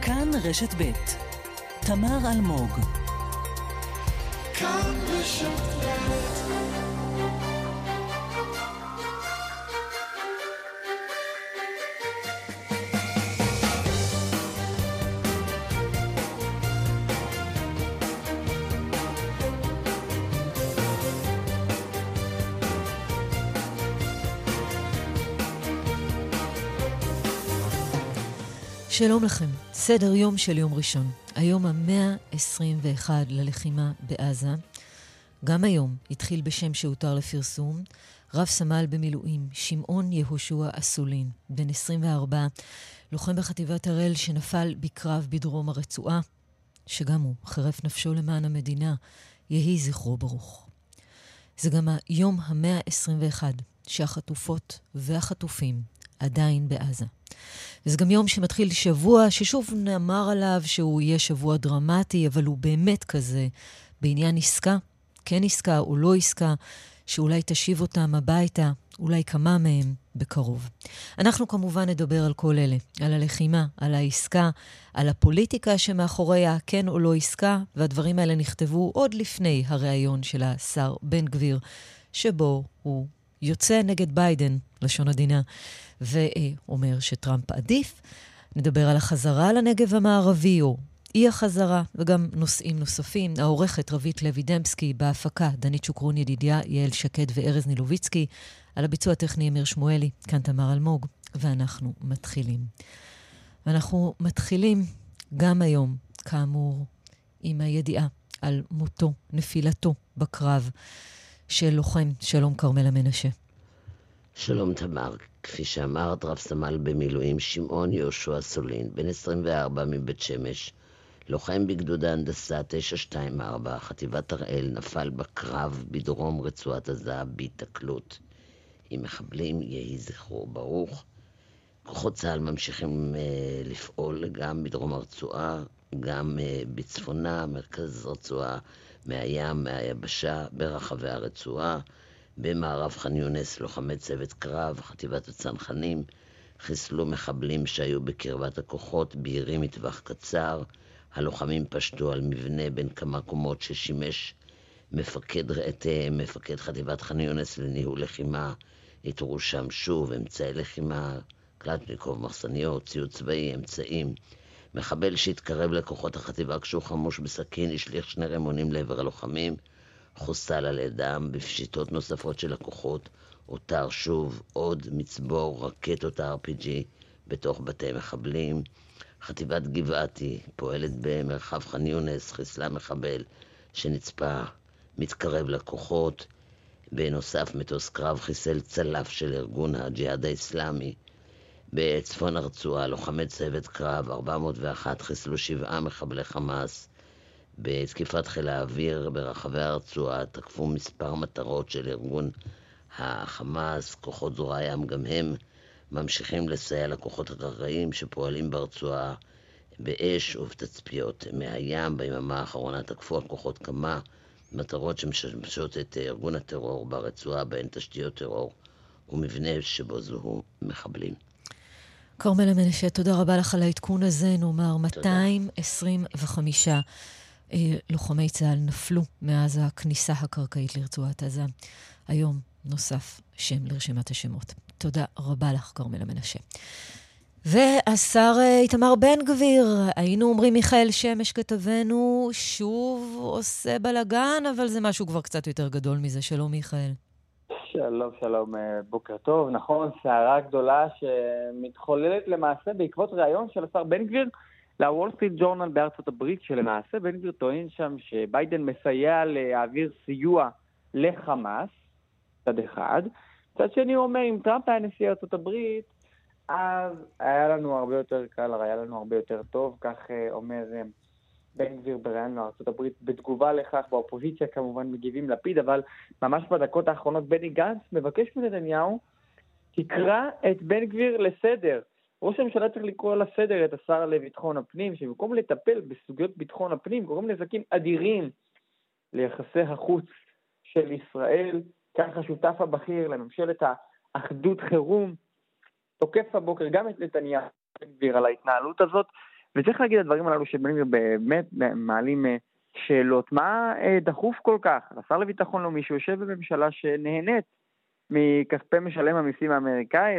כאן רשת ב' תמר אלמוג. כאן רשת ב'. שלום לכם, סדר יום של יום ראשון, היום ה-121 ללחימה בעזה. גם היום התחיל בשם שהותר לפרסום, רב סמל במילואים, שמעון יהושע אסולין, בן 24, לוחם בחטיבת הראל שנפל בקרב בדרום הרצועה, שגם הוא חירף נפשו למען המדינה, יהי זכרו ברוך. זה גם היום ה-121 שהחטופות והחטופים עדיין בעזה. וזה גם יום שמתחיל שבוע ששוב נאמר עליו שהוא יהיה שבוע דרמטי, אבל הוא באמת כזה בעניין עסקה, כן עסקה או לא עסקה, שאולי תשיב אותם הביתה, אולי כמה מהם בקרוב. אנחנו כמובן נדבר על כל אלה, על הלחימה, על העסקה, על הפוליטיקה שמאחוריה כן או לא עסקה, והדברים האלה נכתבו עוד לפני הראיון של השר בן גביר, שבו הוא יוצא נגד ביידן, לשון עדינה, ואומר שטראמפ עדיף. נדבר על החזרה לנגב המערבי או אי החזרה, וגם נושאים נוספים. העורכת רבית לוי דמסקי, בהפקה דנית שוקרון ידידיה, יעל שקד וארז נילוביצקי, על הביצוע הטכני אמיר שמואלי, כאן תמר אלמוג, ואנחנו מתחילים. ואנחנו מתחילים גם היום, כאמור, עם הידיעה על מותו, נפילתו בקרב של לוחם שלום כרמלה מנשה. שלום תמר, כפי שאמרת, רב סמל במילואים שמעון יהושע אסולין, בן 24 מבית שמש, לוחם בגדוד ההנדסה 924, חטיבת הראל, נפל בקרב בדרום רצועת עזה בהיתקלות עם מחבלים, יהי זכרו ברוך. כוחות צה"ל ממשיכים לפעול גם בדרום הרצועה, גם בצפונה, מרכז רצועה, מהים, מהיבשה, ברחבי הרצועה. במערב ח'אן יונס לוחמי צוות קרב, חטיבת הצנחנים, חיסלו מחבלים שהיו בקרבת הכוחות, בירי מטווח קצר. הלוחמים פשטו על מבנה בין כמה קומות ששימש מפקד חטיבת ח'אן יונס לניהול לחימה. התרו שם שוב אמצעי לחימה, קלצ'ניקוב, מחסניות, ציוד צבאי, אמצעים. מחבל שהתקרב לכוחות החטיבה כשהוא חמוש בסכין, השליך 2 רימונים לעבר הלוחמים, חוסל על ידם. בפשיטות נוספות של הכוחות הותר שוב עוד מצבור רקטות ה-RPG בתוך בתי מחבלים. חטיבת גבעתי פועלת במרחב ח'אן יונס, חיסלה מחבל שנצפה מתקרב לכוחות. בנוסף, מטוס קרב חיסל צלף של ארגון הג'יהאד האסלאמי. בצפון הרצועה לוחמי צוות קרב 401 חיסלו 7 מחבלי חמאס. בתקיפת חיל האוויר ברחבי הרצועה תקפו מספר מטרות של ארגון החמאס. כוחות זרוע הים גם הם ממשיכים לסייע לכוחות הקרקעיים שפועלים ברצועה באש ובתצפיות מהים. ביממה האחרונה תקפו הכוחות כמה מטרות שמשמשות את ארגון הטרור ברצועה, בהן תשתיות טרור ומבנה שבו זוהו מחבלים. כרמלה מנשה, תודה רבה לך על העדכון הזה. נאמר 225 לוחמי צה"ל נפלו מאז הכניסה הקרקעית לרצועת עזה. היום נוסף שם לרשימת השמות. תודה רבה לך, כרמלה מנשה. והשר איתמר בן גביר, היינו אומרים מיכאל שמש כתבנו, שוב עושה בלגן, אבל זה משהו כבר קצת יותר גדול מזה. שלום מיכאל. שלום, בוקר טוב. נכון, סערה גדולה שמתחוללת למעשה בעקבות ראיון של השר בן גביר לוול סטריט ג'ורנל בארצות הברית, שלמעשה בן גביר טוען שם שביידן מסייע להעביר סיוע לחמאס, צד אחד. צד שני הוא אומר, אם טראמפ היה נשיא ארצות הברית, אז היה לנו הרבה יותר קל, היה לנו הרבה יותר טוב, כך אומר בן גביר בראיון לארצות הברית. בתגובה לכך, באופוזיציה כמובן מגיבים לפיד, אבל ממש בדקות האחרונות בני גנץ מבקש מנתניהו, תקרא את בן גביר לסדר. ראש הממשלה צריך לקרוא לסדר את השר לביטחון הפנים, שבמקום לטפל בסוגיות ביטחון הפנים, גורם נזקים אדירים ליחסי החוץ של ישראל. כך השותף הבכיר לממשלת האחדות חירום תוקף הבוקר גם את נתניהו בן גביר על ההתנהלות הזאת, וצריך להגיד את הדברים הללו שבן גביר באמת מעלים שאלות. מה דחוף כל כך? לשר לביטחון לאומי שיושב בממשלה שנהנית מכספי משלם המיסים האמריקאי,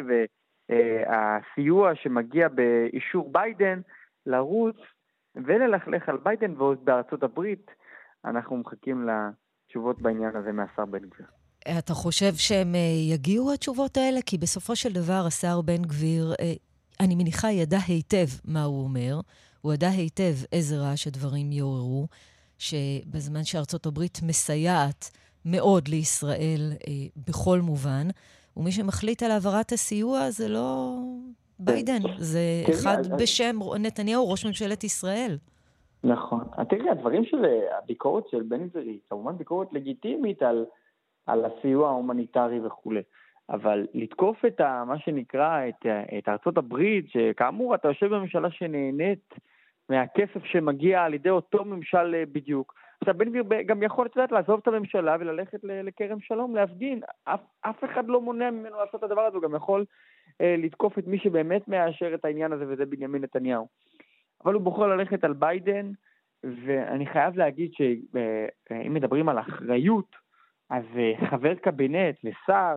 והסיוע שמגיע באישור ביידן לרוץ וללכלך על ביידן ועוד בארצות הברית. אנחנו מחכים לתשובות בעניין הזה מהשר בן גביר. אתה חושב שהם יגיעו התשובות האלה? כי בסופו של דבר השר בן גביר, אני מניחה, ידע היטב מה הוא אומר. הוא ידע היטב איזה רעש הדברים יעוררו, שבזמן שארצות הברית מסייעת מאוד לישראל בכל מובן, ומי שמחליט על העברת הסיוע זה לא ביידן, זה אחד בשם נתניהו, ראש ממשלת ישראל. נכון. תראי, הדברים של הביקורת של בן גביר היא כמובן ביקורת לגיטימית על הסיוע ההומניטרי וכו'. אבל לתקוף את מה שנקרא, את ארצות הברית, שכאמור אתה יושב בממשלה שנהנית מהכסף שמגיע על ידי אותו ממשל בדיוק. עכשיו בן גביר גם יכול לעזוב את הממשלה וללכת לכרם שלום, להפגין. אף אחד לא מונע ממנו לעשות את הדבר הזה, הוא גם יכול לתקוף את מי שבאמת מאשר את העניין הזה, וזה בנימין נתניהו. אבל הוא בוחר ללכת על ביידן, ואני חייב להגיד שאם מדברים על אחריות, אז חבר קבינט ושר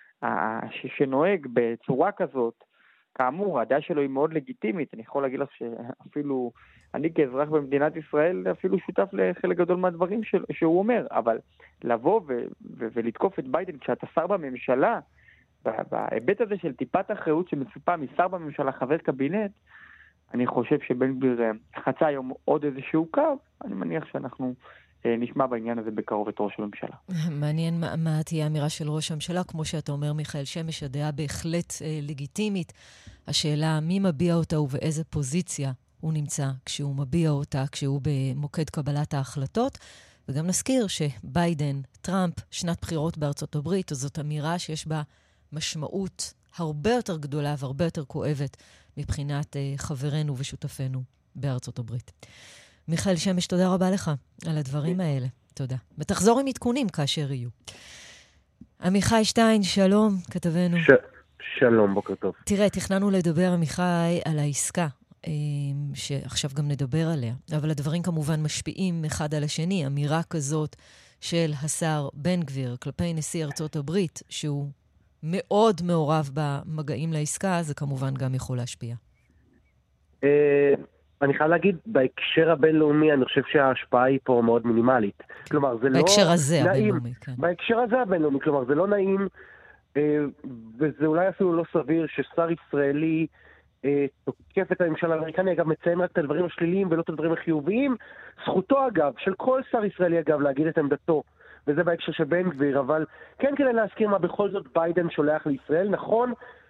שנוהג בצורה כזאת, כאמור, הדעה שלו היא מאוד לגיטימית. אני יכול להגיד לך שאפילו אני כאזרח במדינת ישראל אפילו שותף לחלק גדול מהדברים שהוא אומר, אבל לבוא ולתקוף את ביידן כשאתה שר בממשלה, בהיבט הזה של טיפת אחריות שמצופה משר בממשלה, חבר קבינט, אני חושב שבן גביר חצה היום עוד איזשהו קו. אני מניח שאנחנו נשמע בעניין הזה בקרוב את ראש הממשלה. מעניין מה תהיה האמירה של ראש הממשלה. כמו שאתה אומר, מיכאל שמש, הדעה בהחלט לגיטימית. השאלה מי מביע אותה ובאיזה פוזיציה הוא נמצא כשהוא מביע אותה, כשהוא במוקד קבלת ההחלטות. וגם נזכיר שביידן, טראמפ, שנת בחירות בארצות הברית, זאת אמירה שיש בה משמעות הרבה יותר גדולה והרבה יותר כואבת מבחינת חברינו ושותפינו בארצות הברית. מיכאל שמש, תודה רבה לך על הדברים האלה. תודה. ותחזור עם עדכונים כאשר יהיו. עמיחי שטיין, שלום, כתבנו. שלום, בוקר טוב. תראה, תכננו לדבר, עמיחי, על העסקה, שעכשיו גם נדבר עליה, אבל הדברים כמובן משפיעים אחד על השני. אמירה כזאת של השר בן גביר כלפי נשיא ארצות הברית, שהוא מאוד מעורב במגעים לעסקה, זה כמובן גם יכול להשפיע. אני חייב להגיד, בהקשר הבינלאומי, אני חושב שההשפעה היא פה מאוד מינימלית. כלומר, זה לא נעים. בהקשר הזה הבינלאומי, כן. בהקשר הזה הבינלאומי, כלומר, זה לא נעים, וזה אולי אפילו לא סביר ששר ישראלי תוקף את הממשל האמריקני, אגב, מציין רק את הדברים השליליים ולא את הדברים החיוביים. זכותו, אגב, של כל שר ישראלי, אגב, להגיד את עמדתו, וזה בהקשר של בן גביר, אבל כן כדי להזכיר מה בכל זאת ביידן שולח לישראל. נכון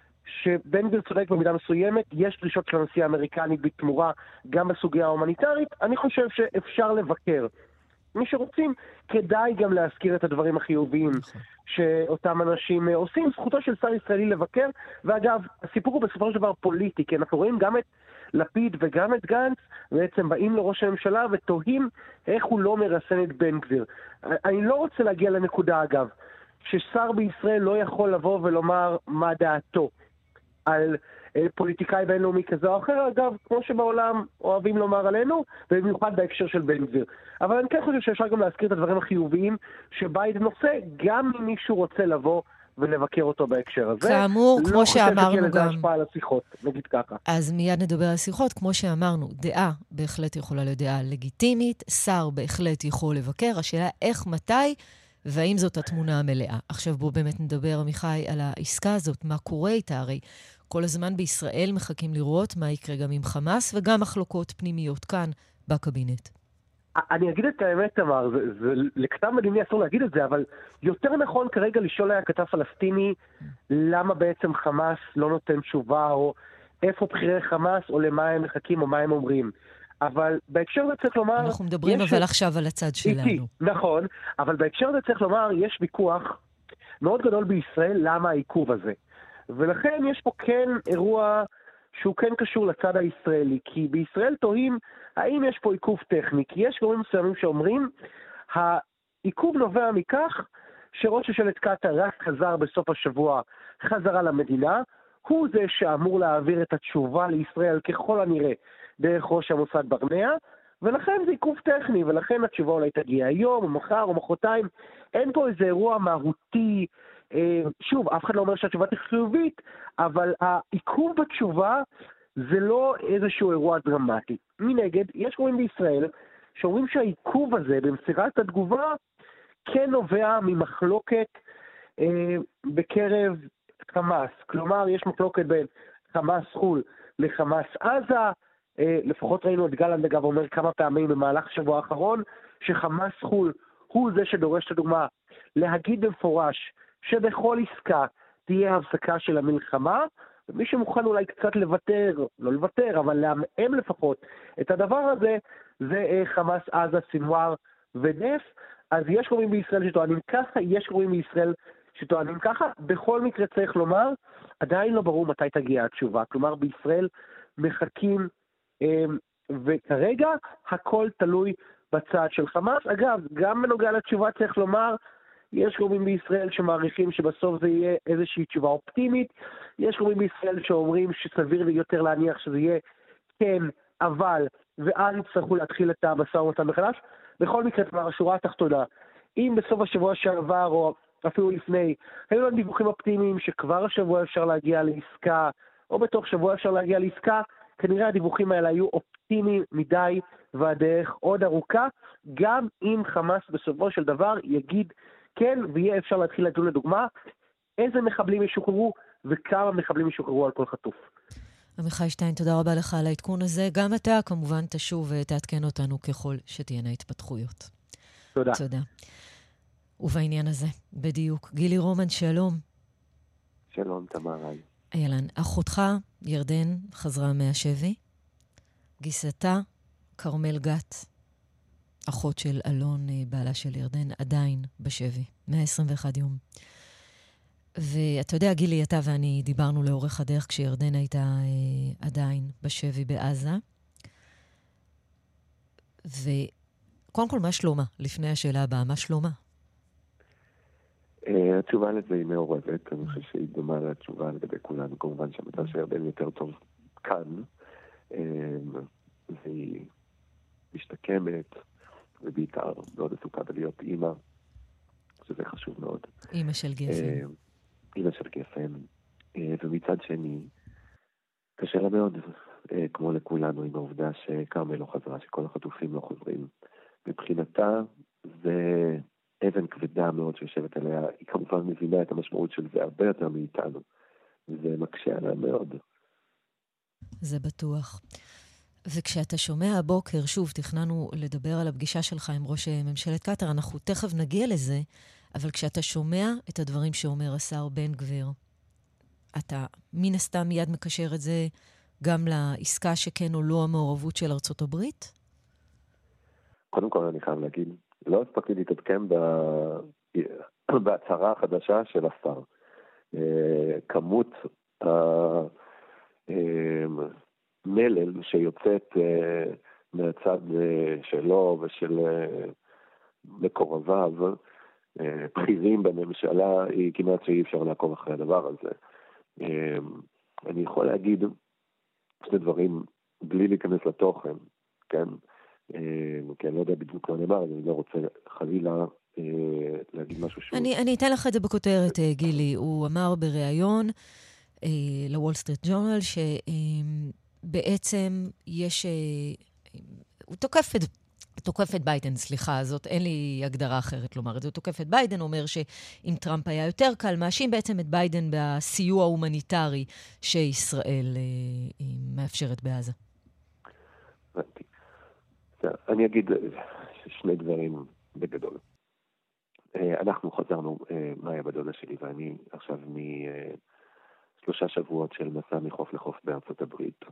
שבן גביר צודק במידה מסוימת, יש דרישות של הנשיא האמריקני בתמורה גם בסוגיה ההומניטרית. אני חושב שאפשר לבקר. מי שרוצים, כדאי גם להזכיר את הדברים החיוביים שאותם אנשים עושים. זכותו של שר ישראלי לבקר, ואגב, הסיפור הוא בסופו של דבר פוליטי, כי אנחנו רואים גם את לפיד וגם את גנץ, בעצם באים לראש הממשלה ותוהים איך הוא לא מרסן את בן גביר. אני לא רוצה להגיע לנקודה, אגב, ששר בישראל לא יכול לבוא ולומר מה דעתו על פוליטיקאי בינלאומי כזה או אחר, אגב, כמו שבעולם אוהבים לומר עלינו, ובמיוחד בהקשר של בן גביר. אבל אני כן חושב שאפשר גם להזכיר את הדברים החיוביים שביידן עושה, גם אם מישהו רוצה לבוא ולבקר אותו בהקשר הזה. כאמור, כמו שאמרנו גם. לא חושב שתהיה לזה השפעה על השיחות, נגיד ככה. אז מיד נדבר על שיחות, כמו שאמרנו, דעה בהחלט יכולה להיות דעה לגיטימית, שר בהחלט יכול לבקר, השאלה איך, מתי, והאם זאת התמונה המלאה. עכשיו בואו באמת נדבר, עמיחי, על העסקה הזאת, מה קורה איתה, הרי כל הזמן בישראל מחכים לראות מה יקרה גם עם חמאס, וגם מחלוקות פנימיות כאן בקבינט. אני אגיד את האמת, תמר, לכתב מדיני אסור להגיד את זה, אבל יותר נכון כרגע לשאול היה כתב פלסטיני, למה בעצם חמאס לא נותן תשובה, או איפה בחירי חמאס, או למה הם מחכים, או מה הם אומרים. אבל בהקשר הזה צריך לומר... אנחנו מדברים אבל עכשיו על הצד שלנו. נכון, אבל בהקשר הזה צריך לומר, יש ויכוח מאוד גדול בישראל, למה העיכוב הזה. ולכן יש פה כן אירוע שהוא כן קשור לצד הישראלי, כי בישראל תוהים האם יש פה עיכוב טכני, כי יש גורמים מסוימים שאומרים, העיכוב נובע מכך שראש ממשלת קטאר רק חזר בסוף השבוע חזרה למדינה, הוא זה שאמור להעביר את התשובה לישראל ככל הנראה דרך ראש המוסד ברנע, ולכן זה עיכוב טכני, ולכן התשובה אולי תגיע היום, או מחר, או מחרתיים. אין פה איזה אירוע מהותי. שוב, אף אחד לא אומר שהתשובה תהיה חיובית, אבל העיכוב בתשובה זה לא איזשהו אירוע דרמטי. מנגד, יש גורמים בישראל שאומרים שהעיכוב הזה במסירת התגובה כן נובע ממחלוקת בקרב חמאס. כלומר, יש מחלוקת בין חמאס חול לחמאס עזה. לפחות ראינו את גלנט אגב אומר כמה פעמים במהלך השבוע האחרון, שחמאס חול הוא זה שדורש את הדוגמה להגיד במפורש שבכל עסקה תהיה הפסקה של המלחמה, ומי שמוכן אולי קצת לוותר, לא לוותר, אבל להמאם לפחות את הדבר הזה, זה חמאס עזה, סינואר ודף. אז יש גורמים בישראל שטוענים ככה, יש גורמים בישראל שטוענים ככה. בכל מקרה צריך לומר, עדיין לא ברור מתי תגיע התשובה. כלומר, בישראל מחכים, וכרגע הכל תלוי בצד של חמאס. אגב, גם בנוגע לתשובה צריך לומר, יש גורמים בישראל שמעריכים שבסוף זה יהיה איזושהי תשובה אופטימית. יש גורמים בישראל שאומרים שסביר יותר להניח שזה יהיה כן, אבל, ואז יצטרכו להתחיל את המשא ומתן מחדש. בכל מקרה, כבר השורה התחתונה, אם בסוף השבוע שעבר, או אפילו לפני, היו לנו דיווחים אופטימיים שכבר השבוע אפשר להגיע לעסקה, או בתוך שבוע אפשר להגיע לעסקה, כנראה הדיווחים האלה היו אופטימיים מדי, והדרך עוד ארוכה, גם אם חמאס בסופו של דבר יגיד כן, ויהיה אפשר להתחיל לדון לדוגמה, איזה מחבלים ישוחררו, וכמה מחבלים ישוחררו על כל חטוף. עמיחי שטיין, תודה רבה לך על העדכון הזה. גם אתה כמובן תשוב ותעדכן אותנו ככל שתהיינה התפתחויות. תודה. תודה. ובעניין הזה, בדיוק. גילי רומן, שלום. שלום, תמר. אילן, אחותך, ירדן, חזרה מהשבי. גיסתה, כרמל גת, אחות של אלון, בעלה של ירדן, עדיין בשבי. 121 יום. ואתה יודע, גילי, אתה ואני דיברנו לאורך הדרך כשירדן הייתה עדיין בשבי בעזה. וקודם כל, מה שלומה? לפני השאלה הבאה, מה שלומה? התשובה לזה היא מעורבת. אני חושב שהיא דומה לתשובה לגבי כולנו. כמובן שהמצב של ירדן יותר טוב כאן. והיא משתקמת, ובעיקר מאוד עסוקה בלהיות אימא, שזה חשוב מאוד. אימא של גפן. אימא של גפן. ומצד שני, קשה לה מאוד, כמו לכולנו, עם העובדה שכרמל לא חזרה, שכל החטופים לא חוזרים. מבחינתה, זה אבן כבדה מאוד שיושבת עליה. היא כמובן מבינה את המשמעות של זה הרבה יותר מאיתנו. וזה מקשה עליה מאוד. זה בטוח. וכשאתה שומע הבוקר, שוב, תכננו לדבר על הפגישה שלך עם ראש ממשלת קטר, אנחנו תכף נגיע לזה, אבל כשאתה שומע את הדברים שאומר השר בן גביר, אתה מן הסתם מיד מקשר את זה גם לעסקה שכן או לא המעורבות של ארצות הברית? קודם כל אני חייב להגיד, לא הספקתי להתעדכן בהצהרה החדשה של השר. כמות המלל שיוצאת מהצד שלו ושל מקורביו, בכירים בממשלה, היא כמעט שאי אפשר לעקוב אחרי הדבר הזה. אני יכול להגיד שני דברים בלי להיכנס לתוכן, כן? כי אני לא יודע בדיוק מה נאמר, אני לא רוצה חלילה להגיד משהו שהוא... אני אתן לך את זה בכותרת, גילי. הוא אמר בריאיון לוול סטריט ג'ורנל שבעצם יש... הוא תוקף את ביידן, סליחה, זאת אין לי הגדרה אחרת לומר את זה. הוא תוקף את ביידן, אומר שאם טראמפ היה יותר קל, מאשים בעצם את ביידן בסיוע ההומניטרי שישראל מאפשרת בעזה. אני אגיד שני דברים בגדול. אנחנו חזרנו, מאיה בדודה שלי ואני, עכשיו מ3 שבועות של מסע מחוף לחוף בארצות הברית.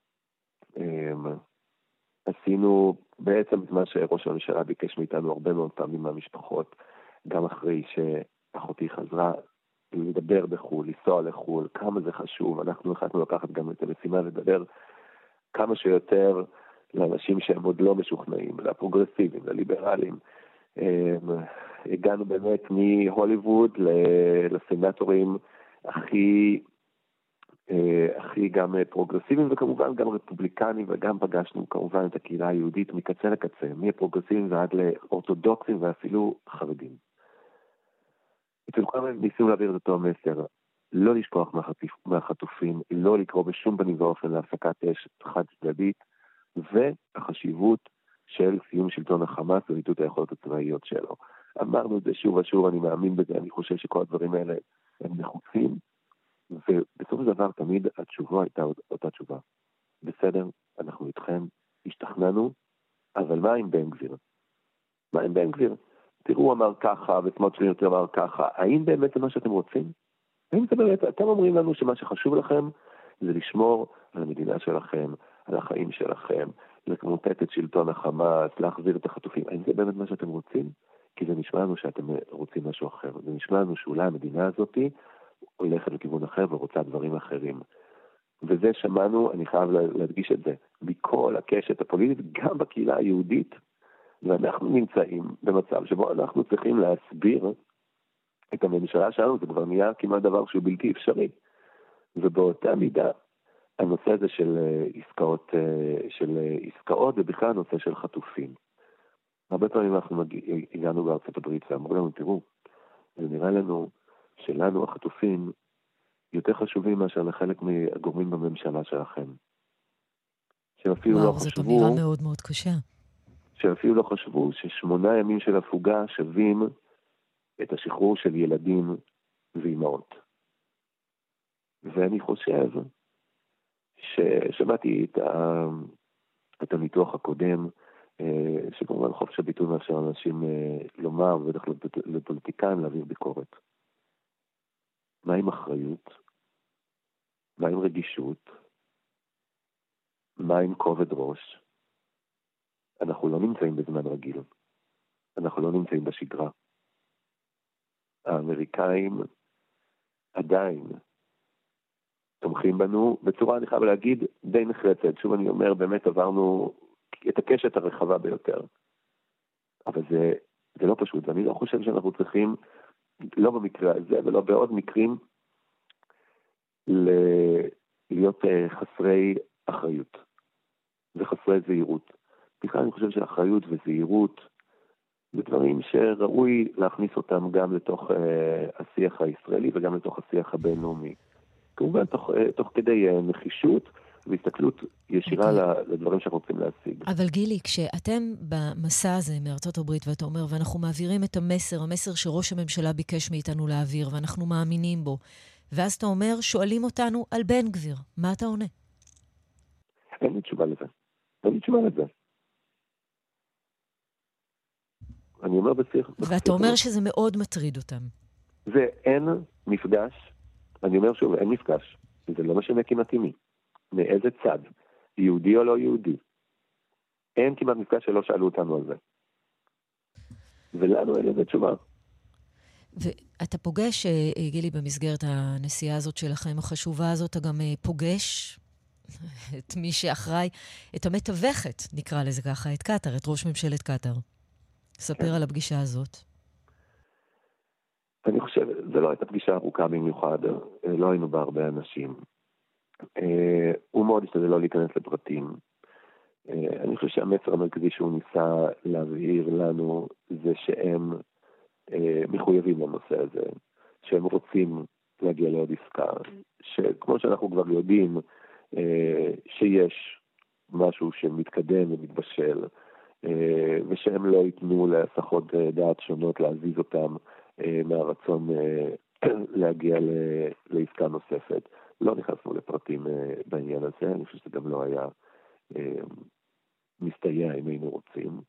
עשינו בעצם את מה שראש הממשלה ביקש מאיתנו הרבה מאוד פעמים מהמשפחות, גם אחרי שאחותי חזרה לדבר בחול, לנסוע לחול, כמה זה חשוב. אנחנו החלטנו לקחת גם את המשימה לדבר כמה שיותר לאנשים שהם עוד לא משוכנעים, לפרוגרסיביים, לליברלים. הגענו באמת מהוליווד לסנטורים הכי הכי גם פרוגרסיביים וכמובן גם רפובליקנים, וגם פגשנו כמובן את הקהילה היהודית מקצה לקצה, מהפרוגרסיביים ועד לאורתודוקסים ואפילו חרדים. אצל כולם ניסינו להעביר את אותו מסר, לא לשכוח מהחטופים, לא לקרוא בשום פנים ואופן להפסקת אש חד צדדית, והחשיבות של סיום שלטון החמאס וריתות היכולות הצבאיות שלו. אמרנו את זה שוב ושוב, אני מאמין בזה, אני חושב שכל הדברים האלה הם נחוצים, ובסוף הדבר תמיד התשובה הייתה אותה תשובה. בסדר, אנחנו איתכם, השתכנענו, אבל מה עם בן גביר? מה עם בן גביר? תראו, הוא אמר ככה, וסמוטריץ' אמר ככה, האם באמת זה מה שאתם רוצים? האם זה באמת, אתם אומרים לנו שמה שחשוב לכם זה לשמור על המדינה שלכם, על החיים שלכם, למוטט את שלטון החמאס, להחזיר את החטופים, האם זה באמת מה שאתם רוצים? כי זה נשמע לנו שאתם רוצים משהו אחר, זה נשמע לנו שאולי המדינה הזאת הולכת לכיוון אחר ורוצה דברים אחרים. וזה שמענו, אני חייב להדגיש את זה, מכל הקשת הפוליטית, גם בקהילה היהודית, ואנחנו נמצאים במצב שבו אנחנו צריכים להסביר את הממשלה שלנו, זה כבר נהיה כמעט דבר שהוא בלתי אפשרי. ובאותה מידה, הנושא הזה של עסקאות ובכלל הנושא של חטופים. הרבה פעמים אנחנו הגענו בארצות הברית ואמרו לנו, תראו, זה נראה לנו שלנו החטופים יותר חשובים מאשר לחלק מהגורמים בממשלה שלכם. וואו, זאת אמירה מאוד מאוד קשה. שאפילו לא חשבו ש8 ימים של הפוגה שווים את השחרור של ילדים ואימהות. ואני חושב ששמעתי את הניתוח הקודם, שכמובן חופש הביטוי מאפשר אנשים לומר, ובטח לפוליטיקאים להעביר ביקורת. מה עם אחריות? מה עם רגישות? מה עם כובד ראש? אנחנו לא נמצאים בזמן רגיל. אנחנו לא נמצאים בשגרה. האמריקאים עדיין תומכים בנו בצורה, אני חייב להגיד, די נחרצת. שוב אני אומר, באמת עברנו את הקשת הרחבה ביותר. אבל זה לא פשוט, ואני לא חושב שאנחנו צריכים, לא במקרה הזה ולא בעוד מקרים, להיות חסרי אחריות וחסרי זהירות. בכלל אני חושב שאחריות וזהירות זה דברים שראוי להכניס אותם גם לתוך השיח הישראלי וגם לתוך השיח הבינלאומי. כמובן תוך כדי נחישות והסתכלות ישירה לדברים שאנחנו רוצים להשיג. אבל גילי, כשאתם במסע הזה מארצות הברית ואתה אומר, ואנחנו מעבירים את המסר שראש הממשלה ביקש מאיתנו להעביר, ואנחנו מאמינים בו, ואז אתה אומר, שואלים אותנו על בן גביר. מה אתה עונה? אין לי תשובה לזה. אני אומר בשיח. ואתה אומר שזה מאוד מטריד אותם. זה אין מפגש, אני אומר שוב, אין מפגש. זה לא משנה כמעט מי. מאיזה צד, יהודי או לא יהודי. אין כמעט מפגש שלא שאלו אותנו על זה. ולנו אין לזה תשובה. ואתה פוגש, גילי, במסגרת הנסיעה הזאת שלכם, החשובה הזאת, אתה גם פוגש את מי שאחראי, את המתווכת, נקרא לזה ככה, את קטר, את ראש ממשלת קטר. ספר על הפגישה הזאת. אני חושב, זה לא הייתה פגישה ארוכה במיוחד, לא היינו בה הרבה אנשים. הוא מאוד השתדל לא להיכנס לפרטים. אני חושב שהמסר המרכזי שהוא ניסה להבהיר לנו זה שהם מחויבים לנושא הזה, שהם רוצים להגיע לעוד עסקה, שכמו שאנחנו כבר יודעים שיש משהו שמתקדם ומתבשל, ושהם לא ייתנו להסחות דעת שונות להזיז אותם מהרצון להגיע לעסקה נוספת. לא נכנסנו לפרטים בעניין הזה, אני חושב שזה גם לא היה מסתייע אם היינו רוצים.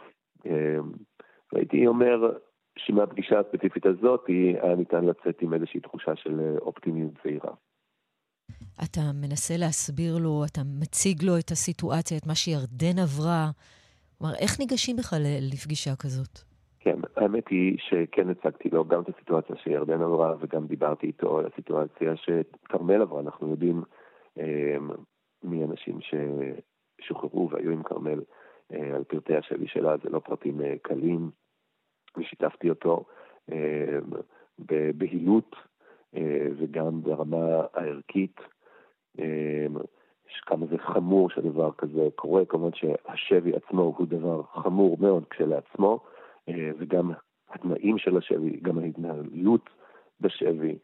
והייתי אומר שמהפגישה הספציפית הזאת היה ניתן לצאת עם איזושהי תחושה של אופטימיות צעירה. אתה מנסה להסביר לו, אתה מציג לו את הסיטואציה, את מה שירדן עברה. כלומר, איך ניגשים בכלל לפגישה כזאת? כן, האמת היא שכן הצגתי לו גם את הסיטואציה שירדן עברה, וגם דיברתי איתו על הסיטואציה שכרמל עברה. אנחנו יודעים מאנשים ששוחררו והיו עם כרמל על פרטי השבי שלה, זה לא פרטים קלים, ושיתפתי אותו בבהילות וגם ברמה הערכית כמה זה חמור שהדבר כזה קורה, כמובן שהשבי עצמו הוא דבר חמור מאוד כשלעצמו, וגם התנאים של השבי, גם ההתנהלות בשבי,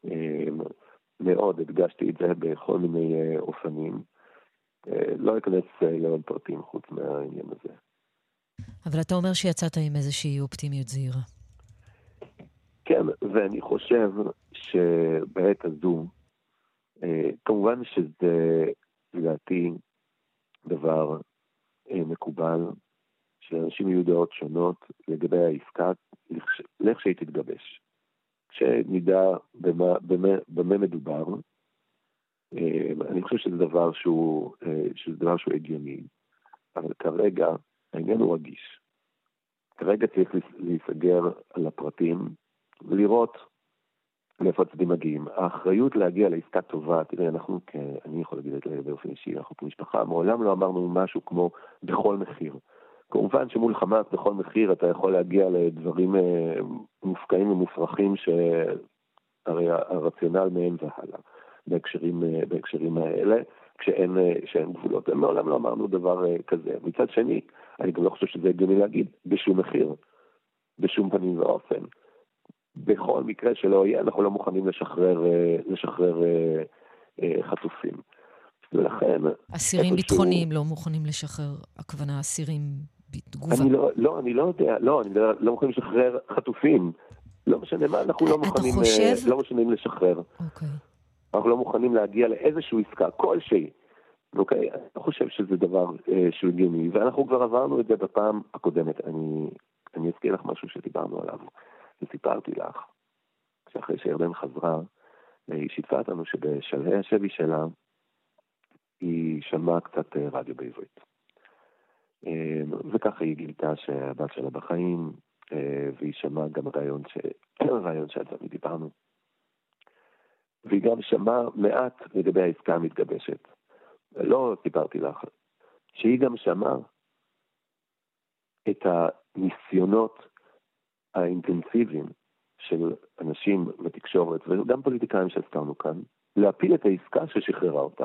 מאוד הדגשתי את זה בכל מיני אופנים. לא אכנס לעוד פרטים חוץ מהעניין הזה. אבל אתה אומר שיצאת עם איזושהי אופטימיות זהירה. כן, ואני חושב שבעת הזו, כמובן שזה לדעתי דבר מקובל, שאנשים יהיו דעות שונות לגבי העסקה, לך שהיא תתגבש. כשנדע במה מדובר, אני חושב שזה דבר שהוא הגיוני, אבל כרגע העניין הוא רגיש. כרגע צריך להיסגר על הפרטים ולראות לאיפה הצדדים מגיעים. האחריות להגיע לעסקה טובה, תראה, אני יכול להגיד את זה באופן אישי, אנחנו כמשפחה, מעולם לא אמרנו משהו כמו בכל מחיר. כמובן שמול חמאס בכל מחיר אתה יכול להגיע לדברים מופקעים ומופרכים שהרי הרציונל מהם זה הלאה. בהקשרים האלה, כשאין גבולות. מעולם לא אמרנו דבר כזה. מצד שני, אני גם לא חושב שזה הגיוני להגיד בשום מחיר, בשום פנים ואופן. בכל מקרה שלא יהיה, אנחנו לא מוכנים לשחרר חטופים. ולכן... אסירים ביטחוניים לא מוכנים לשחרר, הכוונה אסירים בתגובה. אני לא יודע, אני לא מוכנים לשחרר חטופים. לא משנה מה, אנחנו לא מוכנים, לא משנים לשחרר. אוקיי. אנחנו לא מוכנים להגיע לאיזושהי עסקה, כלשהי. אוקיי? אני חושב שזה דבר שהוא הגיוני, ואנחנו כבר עברנו את זה בפעם הקודמת. אני אזכיר לך משהו שדיברנו עליו, וסיפרתי לך, שאחרי שירדן חזרה, היא שיתפה אותנו שבשלהי השבי שלה, היא שמעה קצת רדיו בעברית. וככה היא גילתה שהבת שלה בחיים, והיא שמעה גם רעיון שעל זה דיברנו. והיא גם שמעה מעט לגבי העסקה המתגבשת. לא סיפרתי לך, שהיא גם שמעה את הניסיונות האינטנסיביים של אנשים בתקשורת, וגם פוליטיקאים שהזכרנו כאן, להפיל את העסקה ששחררה אותה.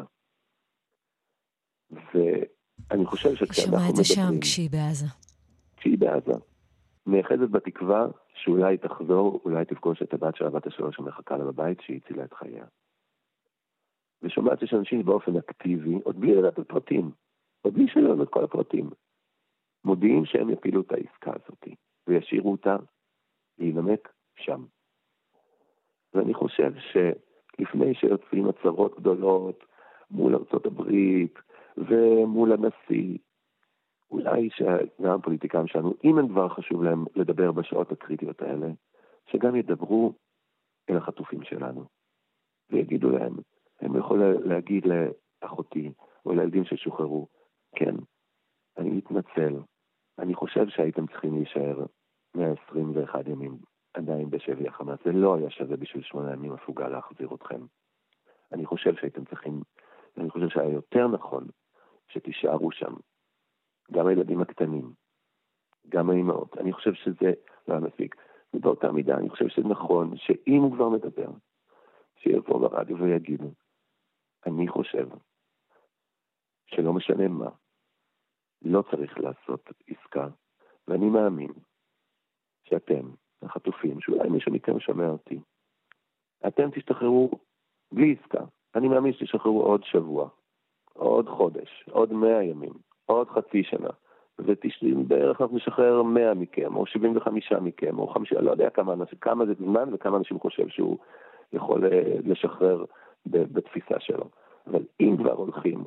ואני חושב שכשאנחנו מדברים... שמעה את זה שם כשהיא בעזה. כשהיא בעזה. נאחזת בתקווה שאולי תחזור, אולי תפגוש את הבת של הבת השלוש שמחכה לה בבית, שהיא הצילה את חייה. ושומעת שיש אנשים באופן אקטיבי, עוד בלי לדעת את הפרטים, עוד בלי שלנו את כל הפרטים, מודיעים שהם יפילו את העסקה הזאת, וישאירו אותה להינמק שם. ואני חושב שלפני שיוצאים הצהרות גדולות מול ארצות הברית ומול הנשיא, אולי שגם הפוליטיקאים שלנו, אם הם כבר חשוב להם לדבר בשעות הקריטיות האלה, שגם ידברו אל החטופים שלנו, ויגידו להם, הם יכולים להגיד לאחותי, או לילדים ששוחררו, כן, אני מתנצל, אני חושב שהייתם צריכים להישאר 121 ימים עדיין בשבי החמאס, זה לא היה שווה בשביל 8 ימים הפוגה להחזיר אתכם. אני חושב שהייתם צריכים, אני חושב שהיה יותר נכון שתישארו שם, גם הילדים הקטנים, גם האימהות. אני חושב שזה לא מספיק. ובאותה מידה, אני חושב שזה נכון, שאם הוא כבר מדבר, שיבוא ברדיו ויגיד, אני חושב שלא משנה מה, לא צריך לעשות עסקה, ואני מאמין שאתם, החטופים, שאולי מישהו מכם שומע אותי, אתם תשתחררו בלי עסקה. אני מאמין שתשתחררו עוד שבוע, עוד חודש, עוד 100 ימים, עוד חצי שנה, ותשלים בערך אנחנו נשחרר 100 מכם, או 75 מכם, או 50, לא יודע כמה זה זמן, וכמה אנשים חושב שהוא יכול לשחרר בתפיסה שלו. אבל אם כבר הולכים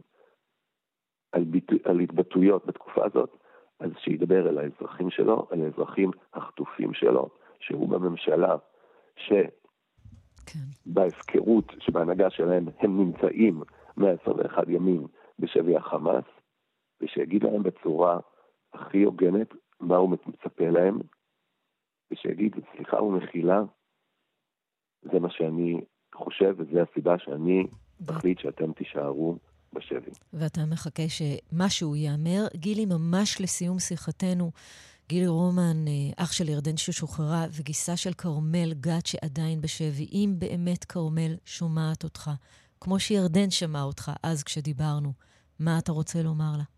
על התבטאויות בתקופה הזאת, אז שידבר אל האזרחים שלו, על האזרחים החטופים שלו, שהוא בממשלה, שבהפקרות, שבהנהגה שלהם הם נמצאים 121 ימים בשבי החמאס, ושיגיד להם בצורה הכי הוגנת מה הוא מצפה להם, ושיגיד סליחה ומחילה, זה מה שאני חושב, וזו הסיבה שאני מחליט שאתם תישארו בשבי. ואתה מחכה שמשהו יאמר. גילי, ממש לסיום שיחתנו, גילי רומן, אח של ירדן ששוחררה, וגיסה של קרמל גת שעדיין בשבי. אם באמת קרמל שומעת אותך, כמו שירדן שמע אותך אז כשדיברנו. מה אתה רוצה לומר לה?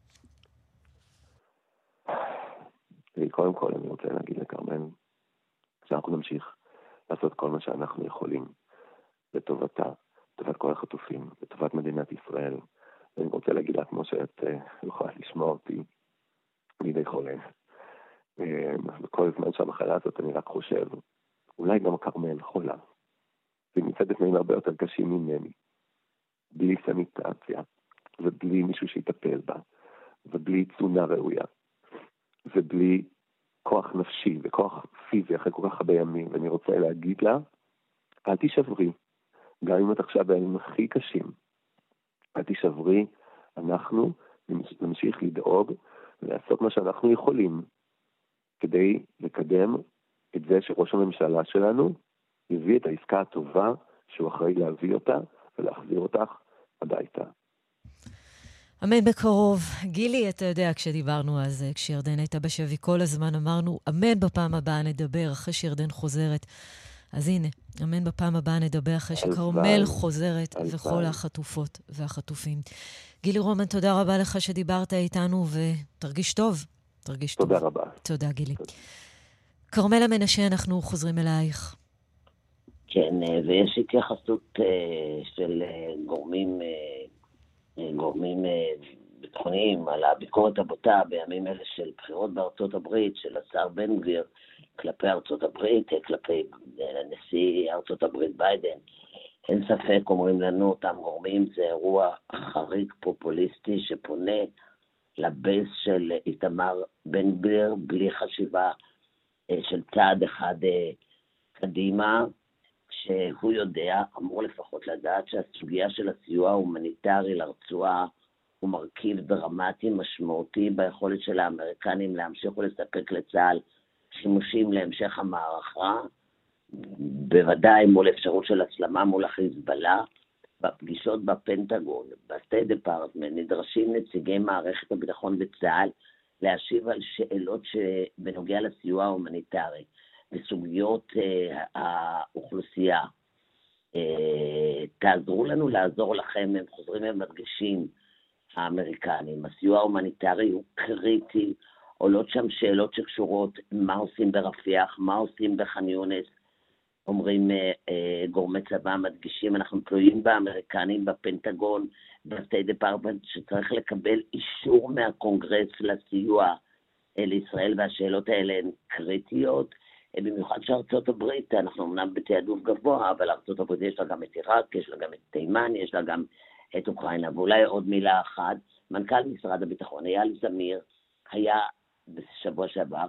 קודם כל אני רוצה להגיד לכרמל שאנחנו נמשיך לעשות כל מה שאנחנו יכולים לטובתה, לטובת כל החטופים, לטובת מדינת ישראל. ואני רוצה להגיד לה כמו שאת יכולה לשמוע אותי מידי חולה. וכל זמן שהמחלה הזאת אני רק חושב, אולי גם כרמל חולה. והיא נמצאת בתנאים הרבה יותר קשים ממני. בלי סניטציה, ובלי מישהו שיטפל בה, ובלי תזונה ראויה, ובלי כוח נפשי וכוח פיזי אחרי כל כך הרבה ימים. ואני רוצה להגיד לה, אל תישברי, גם אם את עכשיו בימים הכי קשים, אל תישברי, אנחנו נמשיך לדאוג ולעשות מה שאנחנו יכולים, כדי לקדם את זה שראש הממשלה שלנו יביא את העסקה הטובה שהוא אחראי להביא אותה ולהחזיר אותך הביתה. אמן בקרוב. גילי, אתה יודע, כשדיברנו אז, כשירדן הייתה בשבי, כל הזמן אמרנו, אמן בפעם הבאה נדבר אחרי שירדן חוזרת. אז הנה, אמן בפעם הבאה נדבר אחרי שכרמל חוזרת וכל החטופות והחטופים. גילי רומן, תודה רבה לך שדיברת איתנו ותרגיש טוב. תרגיש טוב. תודה רבה. תודה גילי. כרמלה מנשה, אנחנו חוזרים אלייך. כן, ויש התייחסות של גורמים ביטחוניים על הביקורת הבוטה בימים אלה של בחירות בארצות הברית, של השר בן גביר, כלפי ארצות הברית, כלפי נשיא ארצות הברית ביידן. אין ספק, אומרים לנו אותם גורמים, זה אירוע חריג פופוליסטי שפונה לבייס של איתמר בן גביר, בלי חשיבה של צעד אחד קדימה, שהוא יודע, אמור לפחות לדעת שהסוגיה של הסיוע ההומניטרי לרצועה הוא מרכיב דרמטי משמעותי ביכולת של האמריקנים להמשיך ולספק לצה"ל שימושים להמשך המערכה, בוודאי מול אפשרות של הסלמה מול החיזבאללה. בפגישות בפנטגון, בסטייט דפארטמנט, נדרשים נציגי מערכת הביטחון בצה"ל להשיב על שאלות שבנוגע לסיוע ההומניטרי בסוגיות האוכלוסייה. תעזרו לנו לעזור לכם, הם חוזרים ומדגישים האמריקנים. הסיוע ההומניטרי הוא קריטי, עולות שם שאלות שקשורות מה עושים ברפיח, מה עושים בח'אן יונס, אומרים גורמי צבא מדגישים, אנחנו תלויים באמריקנים, בפנטגון, בסטייט דפארטמנט, שצריך לקבל אישור מהקונגרס לסיוע לישראל, והשאלות האלה הן קריטיות, במיוחד שארצות הברית, אנחנו אמנם בתעדוף גבוה, אבל ארצות הברית יש לה גם את עיראק, יש לה גם את תימן, יש לה גם את אוקראינה, ואולי עוד מילה אחת, מנכ"ל משרד הביטחון, אייל זמיר, היה בשבוע שעבר,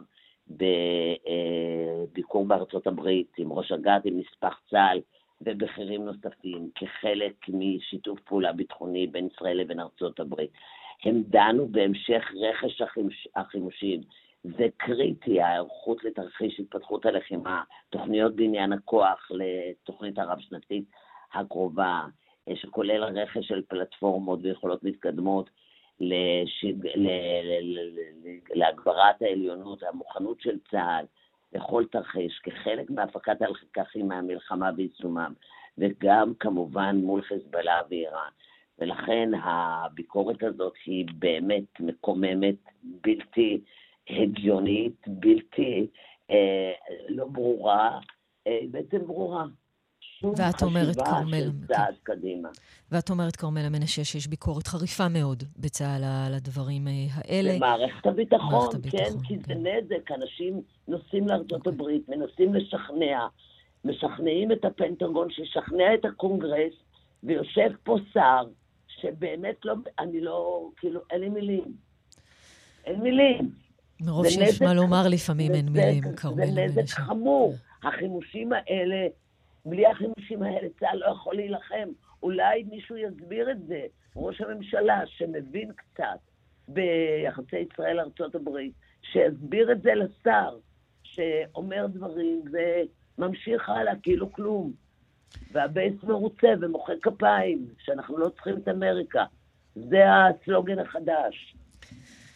בביקור בארצות הברית, עם ראש אג"ת, עם נספח צה"ל ובכירים נוספים, כחלק משיתוף פעולה ביטחוני בין ישראל לבין ארצות הברית. הם דנו בהמשך רכש החימושים. זה קריטי, הערכות לתרחיש התפתחות הלחימה, תוכניות בעניין הכוח לתוכנית הרב-שנתית הקרובה, שכולל הרכש של פלטפורמות ויכולות מתקדמות, להגברת העליונות, המוכנות של צה"ל, לכל תרחיש, כחלק מהפקת הלקחים מהמלחמה ויישומם, וגם כמובן מול חיזבאללה ואיראן. ולכן הביקורת הזאת היא באמת מקוממת, בלתי הגיונית, בלתי לא ברורה, בעצם ברורה. ואת אומרת, כרמל, ואת אומרת, כרמלה מנשה, שיש ביקורת חריפה מאוד בצה"ל על הדברים האלה. במערכת הביטחון, כן, כי זה נזק. אנשים נוסעים לארצות הברית, מנסים לשכנע, משכנעים את הפנטגון, שישכנע את הקונגרס, ויושב פה שר, שבאמת לא, אני לא, כאילו, אין לי מילים. אין מילים. מרוב שיש מה לומר לפעמים אין מילים, כרמלה מנשה. זה נזק חמור. החימושים האלה, בלי החימושים האלה צה"ל לא יכול להילחם. אולי מישהו יסביר את זה, ראש הממשלה שמבין קצת ביחסי ישראל ארצות הברית, שיסביר את זה לשר, שאומר דברים וממשיך הלאה כאילו כלום. והבייס מרוצה ומוחא כפיים, שאנחנו לא צריכים את אמריקה. זה הסלוגן החדש.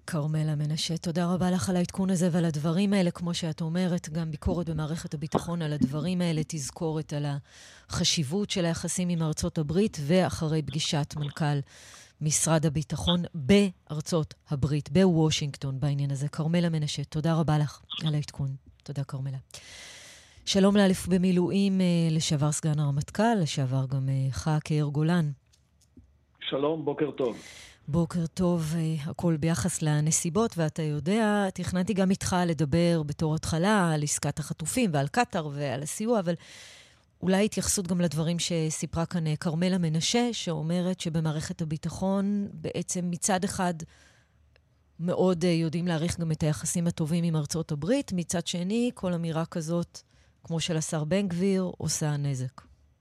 כרמלה מנשה, תודה רבה לך על העדכון הזה ועל הדברים האלה. כמו שאת אומרת, גם ביקורת במערכת הביטחון על הדברים האלה, תזכורת על החשיבות של היחסים עם ארצות הברית, ואחרי פגישת מנכ"ל משרד הביטחון בארצות הברית, בוושינגטון, בעניין הזה. כרמלה מנשה, תודה רבה לך על העדכון. תודה כרמלה. שלום לאלוף במילואים, לשעבר סגן הרמטכ"ל, לשעבר גם ח"כ יאיר גולן. שלום, בוקר טוב. בוקר טוב, הכל ביחס לנסיבות, ואתה יודע, תכננתי גם איתך לדבר בתור התחלה על עסקת החטופים ועל קטר ועל הסיוע, אבל אולי התייחסות גם לדברים שסיפרה כאן כרמלה מנשה, שאומרת שבמערכת הביטחון בעצם מצד אחד מאוד יודעים להעריך גם את היחסים הטובים עם ארצות הברית, מצד שני כל אמירה כזאת, כמו של השר בן גביר, עושה נזק.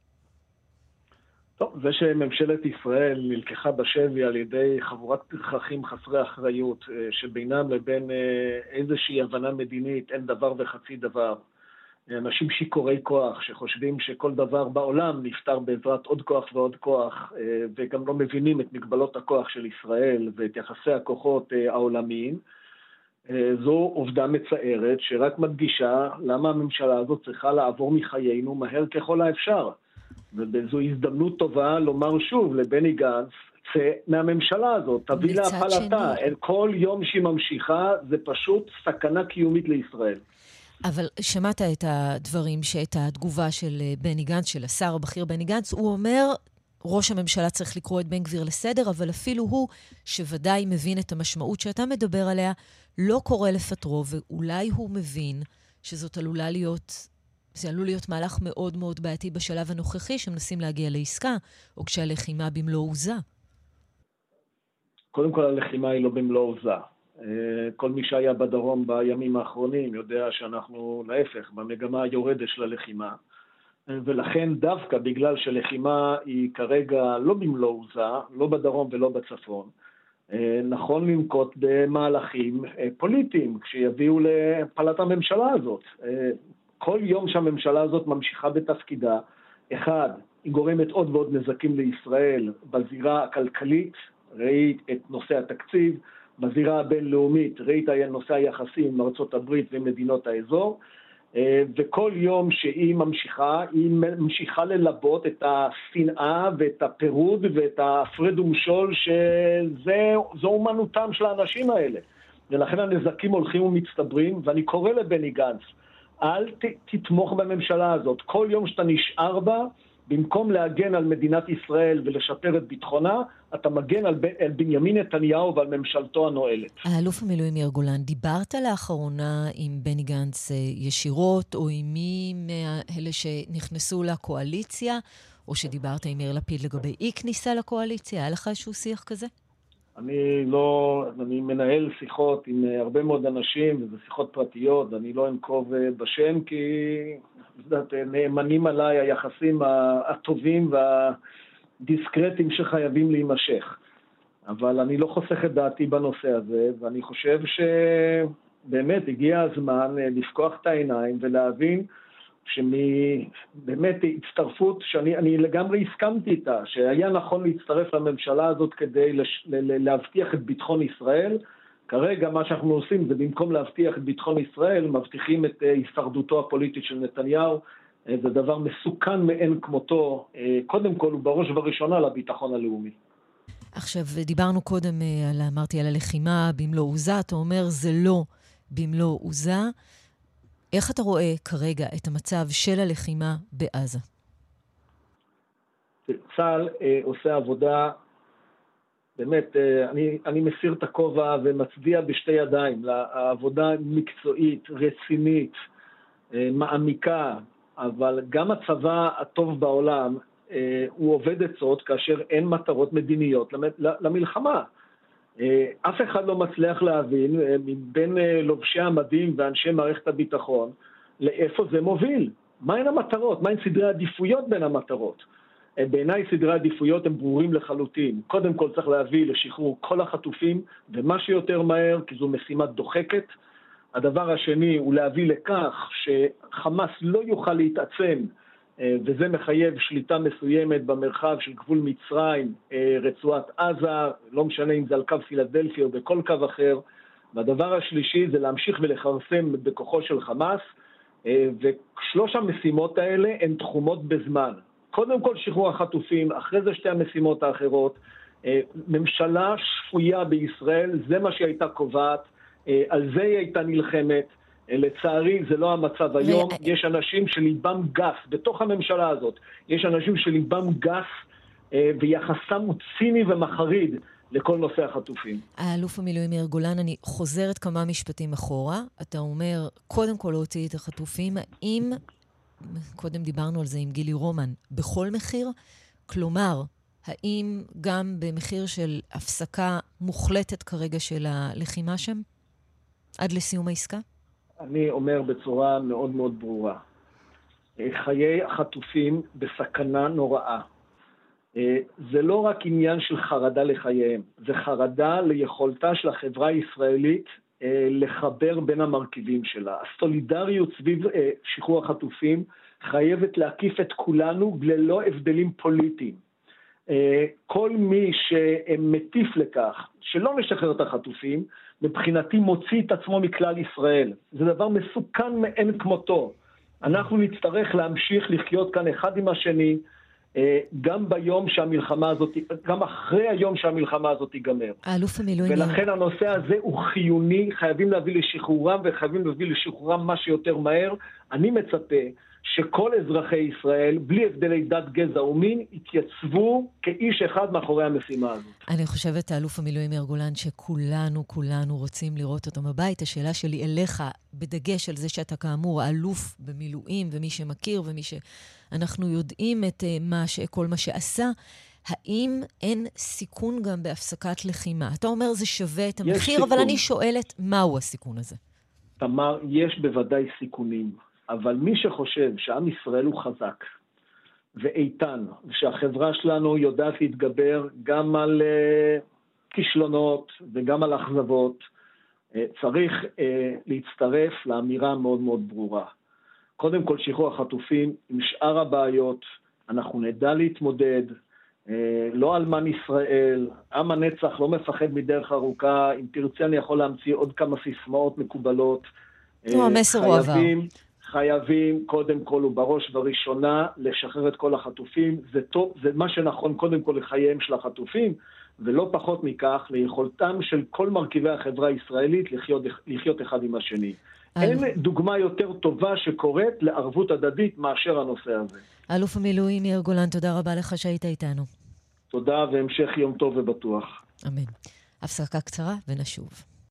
טוב, זה שממשלת ישראל נלקחה בשבי על ידי חבורת פרחחים חסרי אחריות, שבינם לבין איזושהי הבנה מדינית אין דבר וחצי דבר. אנשים שיכורי כוח שחושבים שכל דבר בעולם נפתר בעזרת עוד כוח ועוד כוח, וגם לא מבינים את מגבלות הכוח של ישראל ואת יחסי הכוחות העולמיים. זו עובדה מצערת שרק מדגישה למה הממשלה הזאת צריכה לעבור מחיינו מהר ככל האפשר. וזו הזדמנות טובה לומר שוב לבני גנץ, צא מהממשלה הזאת, תביא להפלתה. כל יום שהיא ממשיכה זה פשוט סכנה קיומית לישראל. אבל שמעת את הדברים, את התגובה של בני גנץ, של השר הבכיר בני גנץ, הוא אומר, ראש הממשלה צריך לקרוא את בן גביר לסדר, אבל אפילו הוא, שוודאי מבין את המשמעות שאתה מדבר עליה, לא קורא לפטרו, ואולי הוא מבין שזאת עלולה להיות, זה עלול להיות מהלך מאוד מאוד בעייתי בשלב הנוכחי, שמנסים להגיע לעסקה, או כשהלחימה במלוא עוזה. קודם כל הלחימה היא לא במלוא עוזה. כל מי שהיה בדרום בימים האחרונים יודע שאנחנו להפך, במגמה היורדת של הלחימה, ולכן דווקא בגלל שלחימה היא כרגע לא במלוא עוזה, לא בדרום ולא בצפון, נכון לנקוט במהלכים פוליטיים כשיביאו להפלת הממשלה הזאת. כל יום שהממשלה הזאת ממשיכה בתפקידה, אחד, היא גורמת עוד ועוד נזקים לישראל בזירה הכלכלית, ראית את נושא התקציב, בזירה הבינלאומית, ראית נושא היחסים עם ארצות הברית ומדינות האזור, וכל יום שהיא ממשיכה ללבות את השנאה ואת הפירוד ואת ההפרד ומשול, שזו אומנותם של האנשים האלה. ולכן הנזקים הולכים ומצטברים, ואני קורא לבני גנץ, אל תתמוך בממשלה הזאת. כל יום שאתה נשאר בה, במקום להגן על מדינת ישראל ולשפר את ביטחונה, אתה מגן על בנימין נתניהו ועל ממשלתו הנואלת. האלוף המילואים יאיר גולן, דיברת לאחרונה עם בני גנץ ישירות, או עם מי מאלה שנכנסו לקואליציה, או שדיברת עם יאיר לפיד לגבי אי כניסה לקואליציה? היה לך איזשהו שיח כזה? אני מנהל שיחות עם הרבה מאוד אנשים, וזה שיחות פרטיות, אני לא אנקוב בשם, כי נאמנים עליי היחסים הטובים והדיסקרטיים שחייבים להימשך. אבל אני לא חוסך את דעתי בנושא הזה, ואני חושב שבאמת הגיע הזמן לפקוח את העיניים ולהבין שבאמת הצטרפות, שאני לגמרי הסכמתי איתה, שהיה נכון להצטרף לממשלה הזאת כדי להבטיח את ביטחון ישראל. כרגע מה שאנחנו עושים זה במקום להבטיח את ביטחון ישראל, מבטיחים את הישרדותו הפוליטית של נתניהו. זה דבר מסוכן מאין כמותו, קודם כל ובראש ובראשונה לביטחון הלאומי. עכשיו, דיברנו קודם אמרתי על הלחימה במלוא עוזה, אתה אומר זה לא במלוא עוזה. איך אתה רואה כרגע את המצב של הלחימה בעזה? צה"ל עושה עבודה, באמת, אני מסיר את הכובע ומצדיע בשתי ידיים, לעבודה מקצועית, רצינית, מעמיקה, אבל גם הצבא הטוב בעולם, הוא עובד עצות כאשר אין מטרות מדיניות למלחמה. אף אחד לא מצליח להבין מבין לובשי המדים ואנשי מערכת הביטחון לאיפה זה מוביל. מהן המטרות? מהן סדרי עדיפויות בין המטרות? בעיניי סדרי עדיפויות הם ברורים לחלוטין. קודם כל צריך להביא לשחרור כל החטופים ומה שיותר מהר, כי זו משימה דוחקת. הדבר השני הוא להביא לכך שחמאס לא יוכל להתעצם וזה מחייב שליטה מסוימת במרחב של גבול מצרים, רצועת עזה, לא משנה אם זה על קו פילדלפיה או בכל קו אחר. והדבר השלישי זה להמשיך ולחרסם בכוחו של חמאס, ושלוש המשימות האלה הן תחומות בזמן. קודם כל שחרור החטופים, אחרי זה שתי המשימות האחרות. ממשלה שפויה בישראל, זה מה שהיא הייתה קובעת, על זה היא הייתה נלחמת. לצערי זה לא המצב היום, יש אנשים שליבם גס, בתוך הממשלה הזאת, יש אנשים שליבם גס ויחסם הוא ציני ומחריד לכל נושא החטופים. האלוף המילואים יאיר גולן, אני חוזרת כמה משפטים אחורה, אתה אומר, קודם כל להוציא את החטופים, האם, קודם דיברנו על זה עם גילי רומן, בכל מחיר? כלומר, האם גם במחיר של הפסקה מוחלטת כרגע של הלחימה שם? עד לסיום העסקה? אני אומר בצורה מאוד מאוד ברורה, חיי החטופים בסכנה נוראה. זה לא רק עניין של חרדה לחייהם, זה חרדה ליכולתה של החברה הישראלית לחבר בין המרכיבים שלה. הסולידריות סביב שחרור החטופים חייבת להקיף את כולנו ללא הבדלים פוליטיים. כל מי שמטיף לכך שלא נשחרר את החטופים, מבחינתי מוציא את עצמו מכלל ישראל. זה דבר מסוכן מאין כמותו. אנחנו נצטרך להמשיך לחיות כאן אחד עם השני, גם ביום שהמלחמה הזאת, גם אחרי היום שהמלחמה הזאת תיגמר. האלוף המילואים. ולכן הנושא הזה הוא חיוני, חייבים להביא לשחרורם, וחייבים להביא לשחרורם מה שיותר מהר. אני מצפה שכל אזרחי ישראל, בלי הבדלי דת, גזע ומין, יתייצבו כאיש אחד מאחורי המשימה הזאת. אני חושבת, האלוף המילואים יאיר גולן, שכולנו רוצים לראות אותם בבית. השאלה שלי אליך, בדגש על זה שאתה כאמור אלוף במילואים, ומי שמכיר ומי שאנחנו יודעים את כל מה שעשה, האם אין סיכון גם בהפסקת לחימה? אתה אומר זה שווה את המחיר, אבל אני שואלת, מהו הסיכון הזה? תמר, יש בוודאי סיכונים. אבל מי שחושב שעם ישראל הוא חזק ואיתן, ושהחברה שלנו יודעת להתגבר גם על כישלונות וגם על אכזבות, צריך להצטרף לאמירה מאוד מאוד ברורה. קודם כל שחרור החטופים עם שאר הבעיות, אנחנו נדע להתמודד, לא אלמן ישראל, עם הנצח לא מפחד מדרך ארוכה, אם תרצה אני יכול להמציא עוד כמה סיסמאות מקובלות. המסר הוא עבר. חייבים קודם כל ובראש וראשונה לשחרר את כל החטופים. זה טוב, זה מה שנכון קודם כל לחייהם של החטופים, ולא פחות מכך ליכולתם של כל מרכיבי החברה הישראלית לחיות אחד עם השני. אין דוגמה יותר טובה שקורית לערבות הדדית מאשר הנושא הזה. אלוף המילואים יאיר גולן, תודה רבה לך שהיית איתנו. תודה והמשך יום טוב ובטוח. אמן. הפסקה קצרה ונשוב.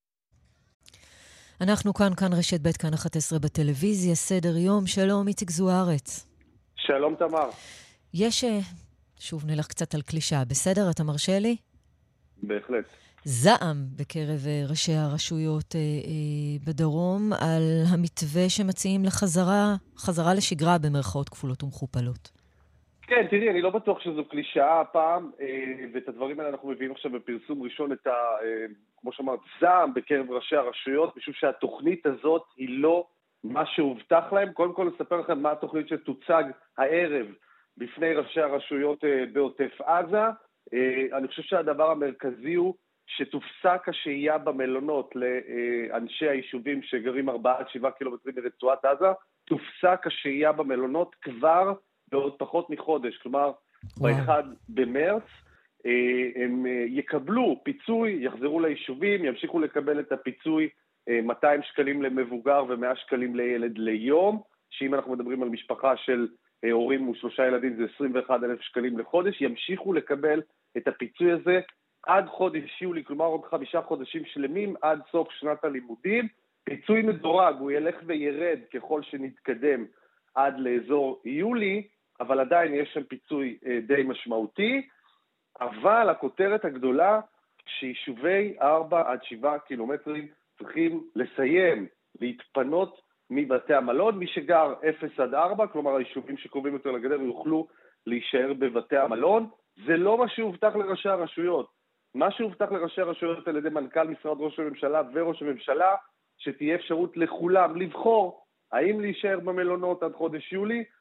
אנחנו כאן רשת ב' כאן 11 בטלוויזיה, סדר יום. שלום, איציק זוארץ. שלום תמר. יש, שוב נלך קצת על קלישה, בסדר? אתה מרשה לי? בהחלט. זעם בקרב ראשי הרשויות בדרום על המתווה שמציעים חזרה לשגרה במרכאות כפולות ומכופלות. כן, תראי, אני לא בטוח שזו קלישאה הפעם, ואת הדברים האלה אנחנו מביאים עכשיו בפרסום ראשון את כמו שאמרת, זעם בקרב ראשי הרשויות, משום שהתוכנית הזאת היא לא מה שהובטח להם. קודם כל לספר לכם מה התוכנית שתוצג הערב בפני ראשי הרשויות בעוטף עזה. אני חושב שהדבר המרכזי הוא שתופסק השהייה במלונות לאנשי היישובים שגרים 4-7 קילומטרים מרצועת עזה, תופסק השהייה במלונות כבר בעוד פחות מחודש, כלומר ב-1 במרץ, הם יקבלו פיצוי, יחזרו ליישובים, ימשיכו לקבל את הפיצוי 200 שקלים למבוגר ו100 שקלים לילד ליום, שאם אנחנו מדברים על משפחה של הורים ו3 ילדים זה 21,000 שקלים לחודש, ימשיכו לקבל את הפיצוי הזה עד חודש יולי, כלומר עוד 5 חודשים שלמים עד סוף שנת הלימודים. פיצוי מדורג, הוא ילך וירד ככל שנתקדם עד לאזור יולי, אבל עדיין יש שם פיצוי די משמעותי. אבל הכותרת הגדולה שיישובי 4-7 קילומטרים צריכים לסיים, להתפנות מבתי המלון. מי שגר 0-4, כלומר היישובים שקרובים יותר לגדר, יוכלו להישאר בבתי המלון. זה לא מה שהובטח לראשי הרשויות. מה שהובטח לראשי הרשויות על ידי מנכ"ל משרד ראש הממשלה וראש הממשלה, שתהיה אפשרות לכולם לבחור האם להישאר במלונות עד חודש יולי,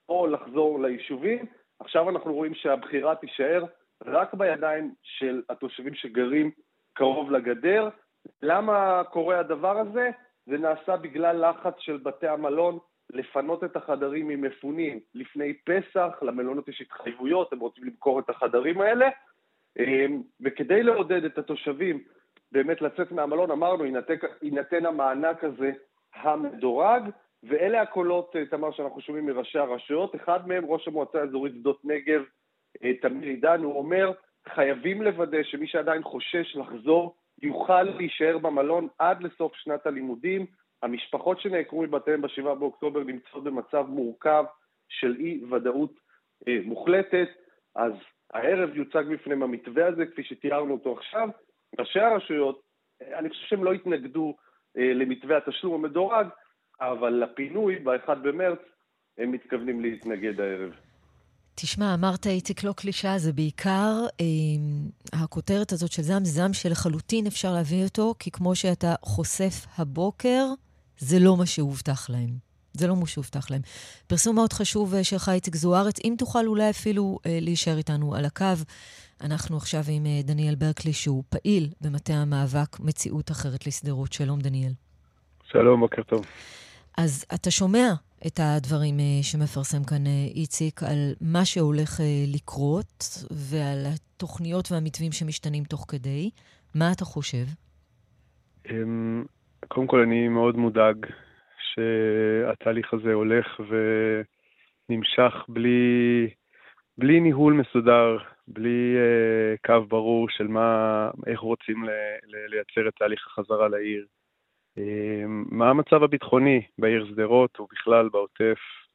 או לחזור ליישובים. עכשיו אנחנו רואים שהבחירה תישאר רק בידיים של התושבים שגרים קרוב לגדר. למה קורה הדבר הזה? זה נעשה בגלל לחץ של בתי המלון לפנות את החדרים ממפונים לפני פסח. למלונות יש התחייבויות, הם רוצים למכור את החדרים האלה, וכדי לעודד את התושבים באמת לצאת מהמלון, אמרנו, יינתן המענק הזה המדורג, ואלה הקולות, תמר, שאנחנו שומעים מראשי הרשויות. אחד מהם, ראש המועצה האזורית שדות נגב, תמיר עידן, הוא אומר, חייבים לוודא שמי שעדיין חושש לחזור, יוכל להישאר במלון עד לסוף שנת הלימודים. המשפחות שנעקרו מבתיהם ב7 באוקטובר נמצאות במצב מורכב של אי ודאות מוחלטת, אז הערב יוצג בפניהם המתווה הזה, כפי שתיארנו אותו עכשיו. ראשי הרשויות, אני חושב שהם לא התנגדו למתווה התשלום המדורג, אבל לפינוי ב1 במרץ הם מתכוונים להתנגד הערב. תשמע, אמרת איציק לא קלישה, זה בעיקר הכותרת הזאת של זם שלחלוטין אפשר להביא אותו, כי כמו שאתה חושף הבוקר, זה לא מה שהובטח להם. זה לא מה שהובטח להם. פרסום מאוד חשוב שלך איציק זוארץ, אם תוכל אולי אפילו להישאר איתנו על הקו, אנחנו עכשיו עם דניאל ברקלי, שהוא פעיל במטה המאבק מציאות אחרת לסדרות. שלום דניאל. שלום, בוקר טוב. אז אתה שומע את הדברים שמפרסם כאן איציק על מה שהולך לקרות ועל התוכניות והמתווים שמשתנים תוך כדי. מה אתה חושב? קודם כל אני מאוד מודאג שהתהליך הזה הולך ונמשך בלי ניהול מסודר, בלי קו ברור של איך רוצים לייצר את תהליך החזרה לעיר. מה המצב הביטחוני בעיר שדרות ובכלל בעוטף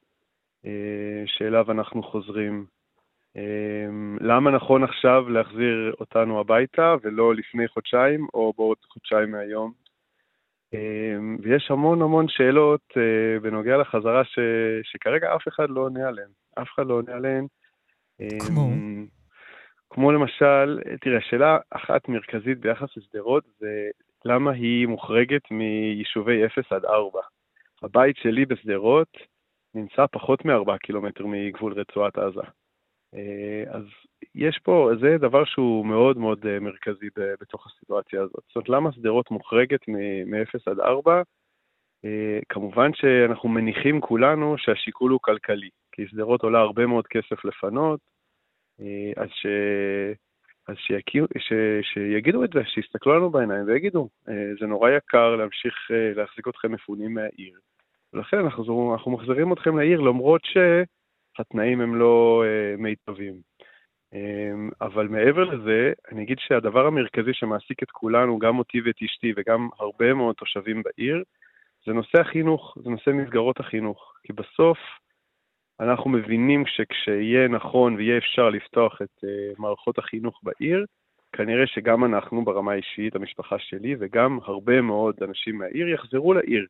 שאליו אנחנו חוזרים? למה נכון עכשיו להחזיר אותנו הביתה ולא לפני חודשיים או בעוד חודשיים מהיום? ויש המון שאלות בנוגע לחזרה שכרגע אף אחד לא עונה עליהן. אף אחד לא עונה עליהן. כמו למשל, תראה, שאלה אחת מרכזית ביחס לשדרות זה למה היא מוחרגת מיישובי 0 עד 4. הבית שלי בשדרות נמצא פחות מ4 קילומטר מגבול רצועת עזה. אז יש פה, זה דבר שהוא מאוד מרכזי בתוך הסיטואציה הזאת. זאת אומרת, למה שדרות מוחרגת מ-0 עד 4? כמובן שאנחנו מניחים כולנו שהשיקול הוא כלכלי, כי שדרות עולה הרבה מאוד כסף לפנות, אז שיגידו את זה, שיסתכלו לנו בעיניים ויגידו, זה נורא יקר להמשיך להחזיק אתכם מפונים מהעיר. ולכן אנחנו מחזירים אתכם לעיר, למרות שהתנאים הם לא מיטביים. אבל מעבר לזה, אני אגיד שהדבר המרכזי שמעסיק את כולנו, גם אותי ואת אשתי וגם הרבה מאוד תושבים בעיר, זה נושא החינוך, זה נושא מסגרות החינוך. כי בסוף אנחנו מבינים שכשיהיה נכון ויהיה אפשר לפתוח את מערכות החינוך בעיר, כנראה שגם אנחנו ברמה האישית, המשפחה שלי, וגם הרבה מאוד אנשים מהעיר יחזרו לעיר,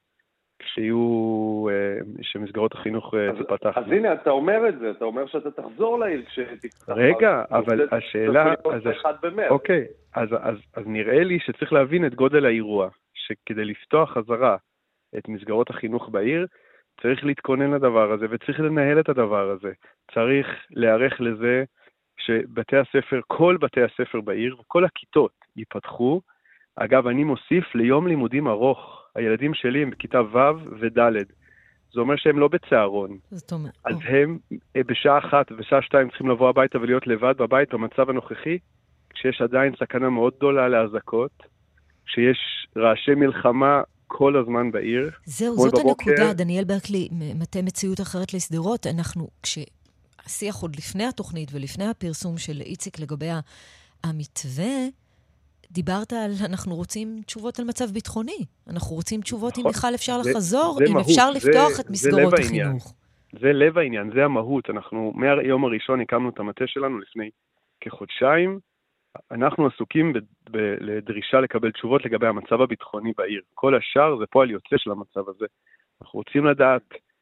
שמסגרות החינוך תפתח. אז הנה, אתה אומר את זה, אתה אומר שאתה תחזור לעיר כשתפתח. רגע, אבל השאלה... אוקיי, אז נראה לי שצריך להבין את גודל האירוע, שכדי לפתוח חזרה את מסגרות החינוך בעיר, צריך להתכונן לדבר הזה, וצריך לנהל את הדבר הזה. צריך להיערך לזה שבתי הספר, כל בתי הספר בעיר, וכל הכיתות ייפתחו. אגב, אני מוסיף ליום לימודים ארוך. הילדים שלי הם בכיתה ו' וד'. זה אומר שהם לא בצהרון. אז הם בשעה 1 ובשעה 2 צריכים לבוא הביתה ולהיות לבד בבית במצב הנוכחי, כשיש עדיין סכנה מאוד גדולה להזעקות, כשיש רעשי מלחמה כל הזמן בעיר. זהו, זאת הנקודה, דניאל ברקלי, מטה מציאות אחרת לסדרות. אנחנו, כשהשיח עוד לפני התוכנית ולפני הפרסום של איציק לגבי המתווה, דיברת על, אנחנו רוצים תשובות על מצב ביטחוני. אנחנו רוצים תשובות אם בכלל אפשר לחזור, אם אפשר לפתוח את מסגרות החינוך. זה לב העניין, זה המהות. אנחנו מהיום הראשון הקמנו את המטה שלנו לפני כחודשיים. אנחנו עסוקים לדרישה לקבל תשובות לגבי המצב הביטחוני בעיר. כל השאר זה פועל יוצא של המצב הזה. אנחנו רוצים לדעת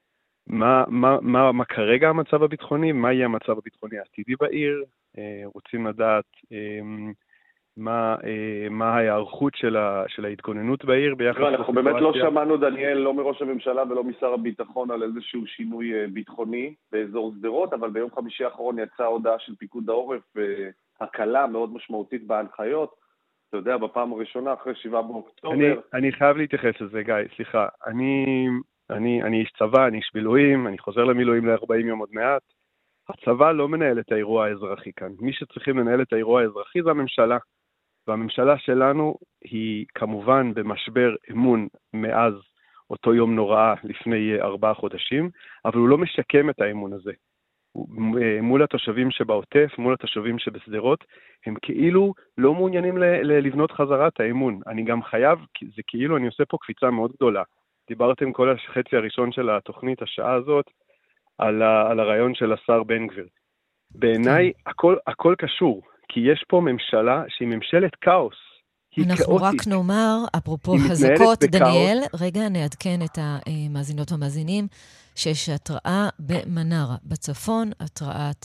מה כרגע המצב הביטחוני, מה יהיה המצב הביטחוני העתידי בעיר. רוצים לדעת מה ההיערכות של ההתגוננות בעיר ביחס לסיטואציה. אנחנו באמת לא שמענו, דניאל, לא מראש הממשלה ולא משר הביטחון על איזשהו שינוי ביטחוני באזור שדרות, אבל ביום חמישי האחרון יצאה הודעה של פיקוד העורף הקלה מאוד משמעותית בהנחיות. אתה יודע, בפעם הראשונה אחרי 7 באוקטובר. אני חייב להתייחס לזה, גיא, סליחה. אני איש צבא, אני איש מילואים, אני חוזר למילואים ל-40 יום עוד מעט. הצבא לא מנהל את האירוע האזרחי כאן. מי שצריכים לנהל את האירוע האזרחי זה הממשלה. והממשלה שלנו היא כמובן במשבר אמון מאז אותו יום נורא לפני 4 חודשים, אבל הוא לא משקם את האמון הזה. מול התושבים שבעוטף, מול התושבים שבסדרות, הם כאילו לא מעוניינים לבנות חזרה את האמון. אני גם חייב, זה כאילו אני עושה פה קפיצה מאוד גדולה. דיברתם כל החצי הראשון של התוכנית, השעה הזאת, על הרעיון של השר בן גביר. בעיניי הכל קשור, כי יש פה ממשלה שהיא ממשלת כאוס. אנחנו רק נאמר, אפרופו הזקות, דניאל, רגע נעדכן את המאזינות והמאזינים, שיש התראה במנרה, בצפון, התראת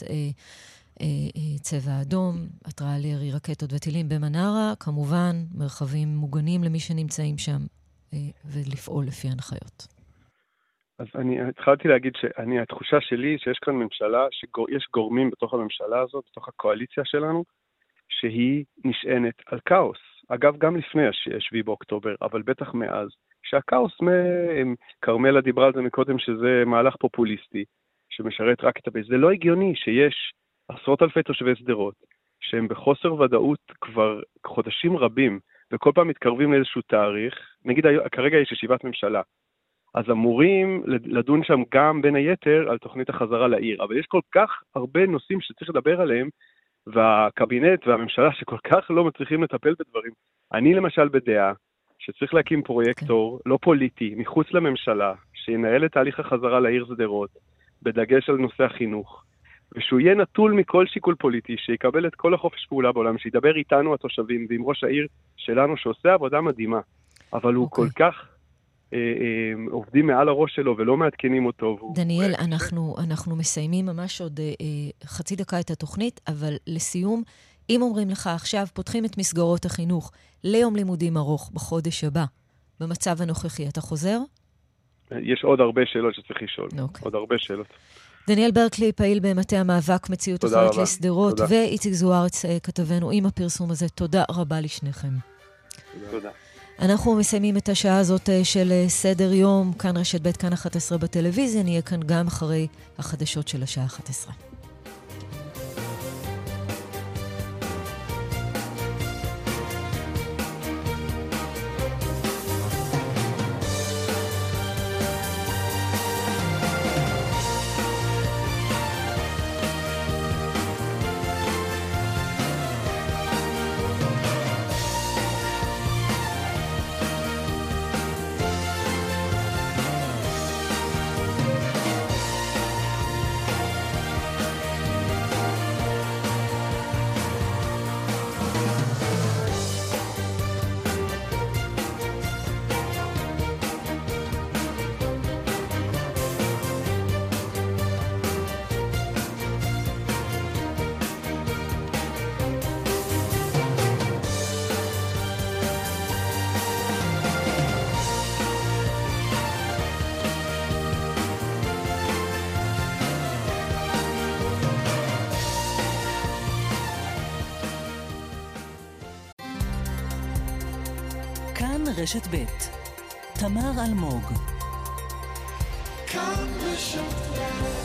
צבע אדום, התראה לירי רקטות וטילים במנרה, כמובן מרחבים מוגנים למי שנמצאים שם, ולפעול לפי הנחיות. אז אני התחלתי להגיד התחושה שלי שיש כאן ממשלה, שיש גורמים בתוך הממשלה הזאת, בתוך הקואליציה שלנו, שהיא נשענת על כאוס. אגב, גם לפני 7 באוקטובר, אבל בטח מאז, שהכאוס, קרמלה דיברה על זה מקודם, שזה מהלך פופוליסטי, שמשרת רק את הבית. זה לא הגיוני שיש עשרות אלפי תושבי סדרות, שהם בחוסר ודאות כבר חודשים רבים, וכל פעם מתקרבים לאיזשהו תאריך, נגיד כרגע יש ישיבת ממשלה, אז אמורים לדון שם גם בין היתר על תוכנית החזרה לעיר, אבל יש כל כך הרבה נושאים שצריך לדבר עליהם, והקבינט והממשלה שכל כך לא מצליחים לטפל בדברים. אני למשל בדעה שצריך להקים פרויקטור לא פוליטי מחוץ לממשלה, שינהל את תהליך החזרה לעיר סדרות, בדגש על נושא החינוך, ושהוא יהיה נטול מכל שיקול פוליטי, שיקבל את כל החופש פעולה בעולם, שידבר איתנו התושבים ועם ראש העיר שלנו שעושה עבודה מדהימה, אבל הוא כל כך עובדים מעל הראש שלו ולא מעדכנים אותו. דניאל, אנחנו מסיימים ממש עוד חצי דקה את התוכנית, אבל לסיום, אם אומרים לך עכשיו, פותחים את מסגרות החינוך ליום לימודים ארוך בחודש הבא, במצב הנוכחי, אתה חוזר? יש עוד הרבה שאלות שצריך לשאול. עוד הרבה שאלות. דניאל ברקלי, פעיל במטה המאבק, מציאות אחרת לסדרות, ואיציק זוארץ, כתבנו עם הפרסום הזה. תודה רבה לשניכם. תודה. אנחנו מסיימים את השעה הזאת של סדר יום, כאן רשת ב' כאן 11 בטלוויזיה, נהיה כאן גם אחרי החדשות של השעה 11. כאן רשת ב' תמר אלמוג. כאן רשת ב'.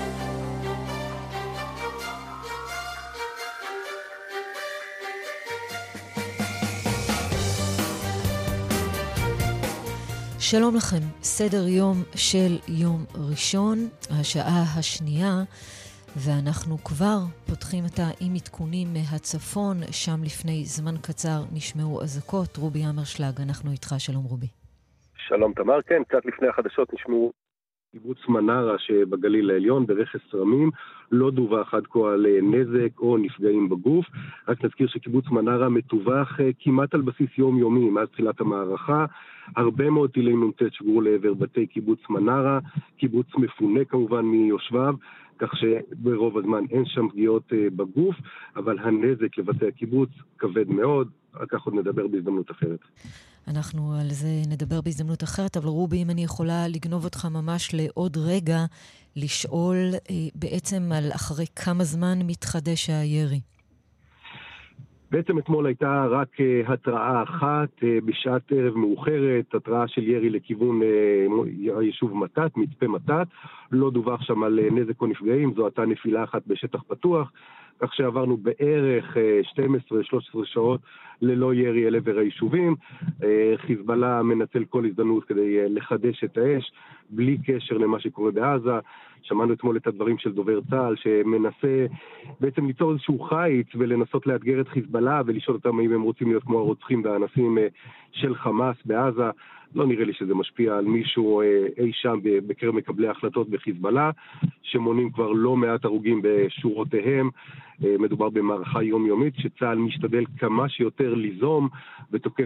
שלום לכם, סדר יום של יום ראשון, השעה השנייה, ואנחנו כבר פותחים אותה עם עדכונים מהצפון, שם לפני זמן קצר נשמעו אזעקות. רובי אמרשלג, אנחנו איתך, שלום רובי. שלום תמר, כן, קצת לפני החדשות נשמעו קיבוץ מנרה שבגליל העליון ברכס רמים, לא דווח עד כה על נזק או נפגעים בגוף. רק נזכיר שקיבוץ מנרה מתווך כמעט על בסיס יומיומי מאז תחילת המערכה, הרבה מאוד טילי נ"ט שוגרו לעבר בתי קיבוץ מנרה, קיבוץ מפונה כמובן מיושביו, כך שברוב הזמן אין שם פגיעות בגוף, אבל הנזק לבתי הקיבוץ כבד מאוד, רק כך עוד נדבר בהזדמנות אחרת. אנחנו על זה נדבר בהזדמנות אחרת, אבל רובי, אם אני יכולה לגנוב אותך ממש לעוד רגע, לשאול בעצם על אחרי כמה זמן מתחדש הירי. בעצם אתמול הייתה רק התראה אחת בשעת ערב מאוחרת, התראה של ירי לכיוון היישוב מתת, מצפה מתת, לא דווח שם על נזק או נפגעים, זו הייתה נפילה אחת בשטח פתוח, כך שעברנו בערך 12-13 שעות ללא ירי אל עבר היישובים. חיזבאללה מנצל כל הזדמנות כדי לחדש את האש, בלי קשר למה שקורה בעזה. שמענו אתמול את הדברים של דובר צה"ל, שמנסה בעצם ליצור איזשהו חיץ ולנסות לאתגר את חיזבאללה ולשאול אותם אם הם רוצים להיות כמו הרוצחים והאנסים של חמאס בעזה. לא נראה לי שזה משפיע על מישהו אי שם בקרב מקבלי ההחלטות בחיזבאללה, שמונים כבר לא מעט הרוגים בשורותיהם. מדובר במערכה יומיומית שצה"ל משתדל כמה שיותר ליזום ותוקף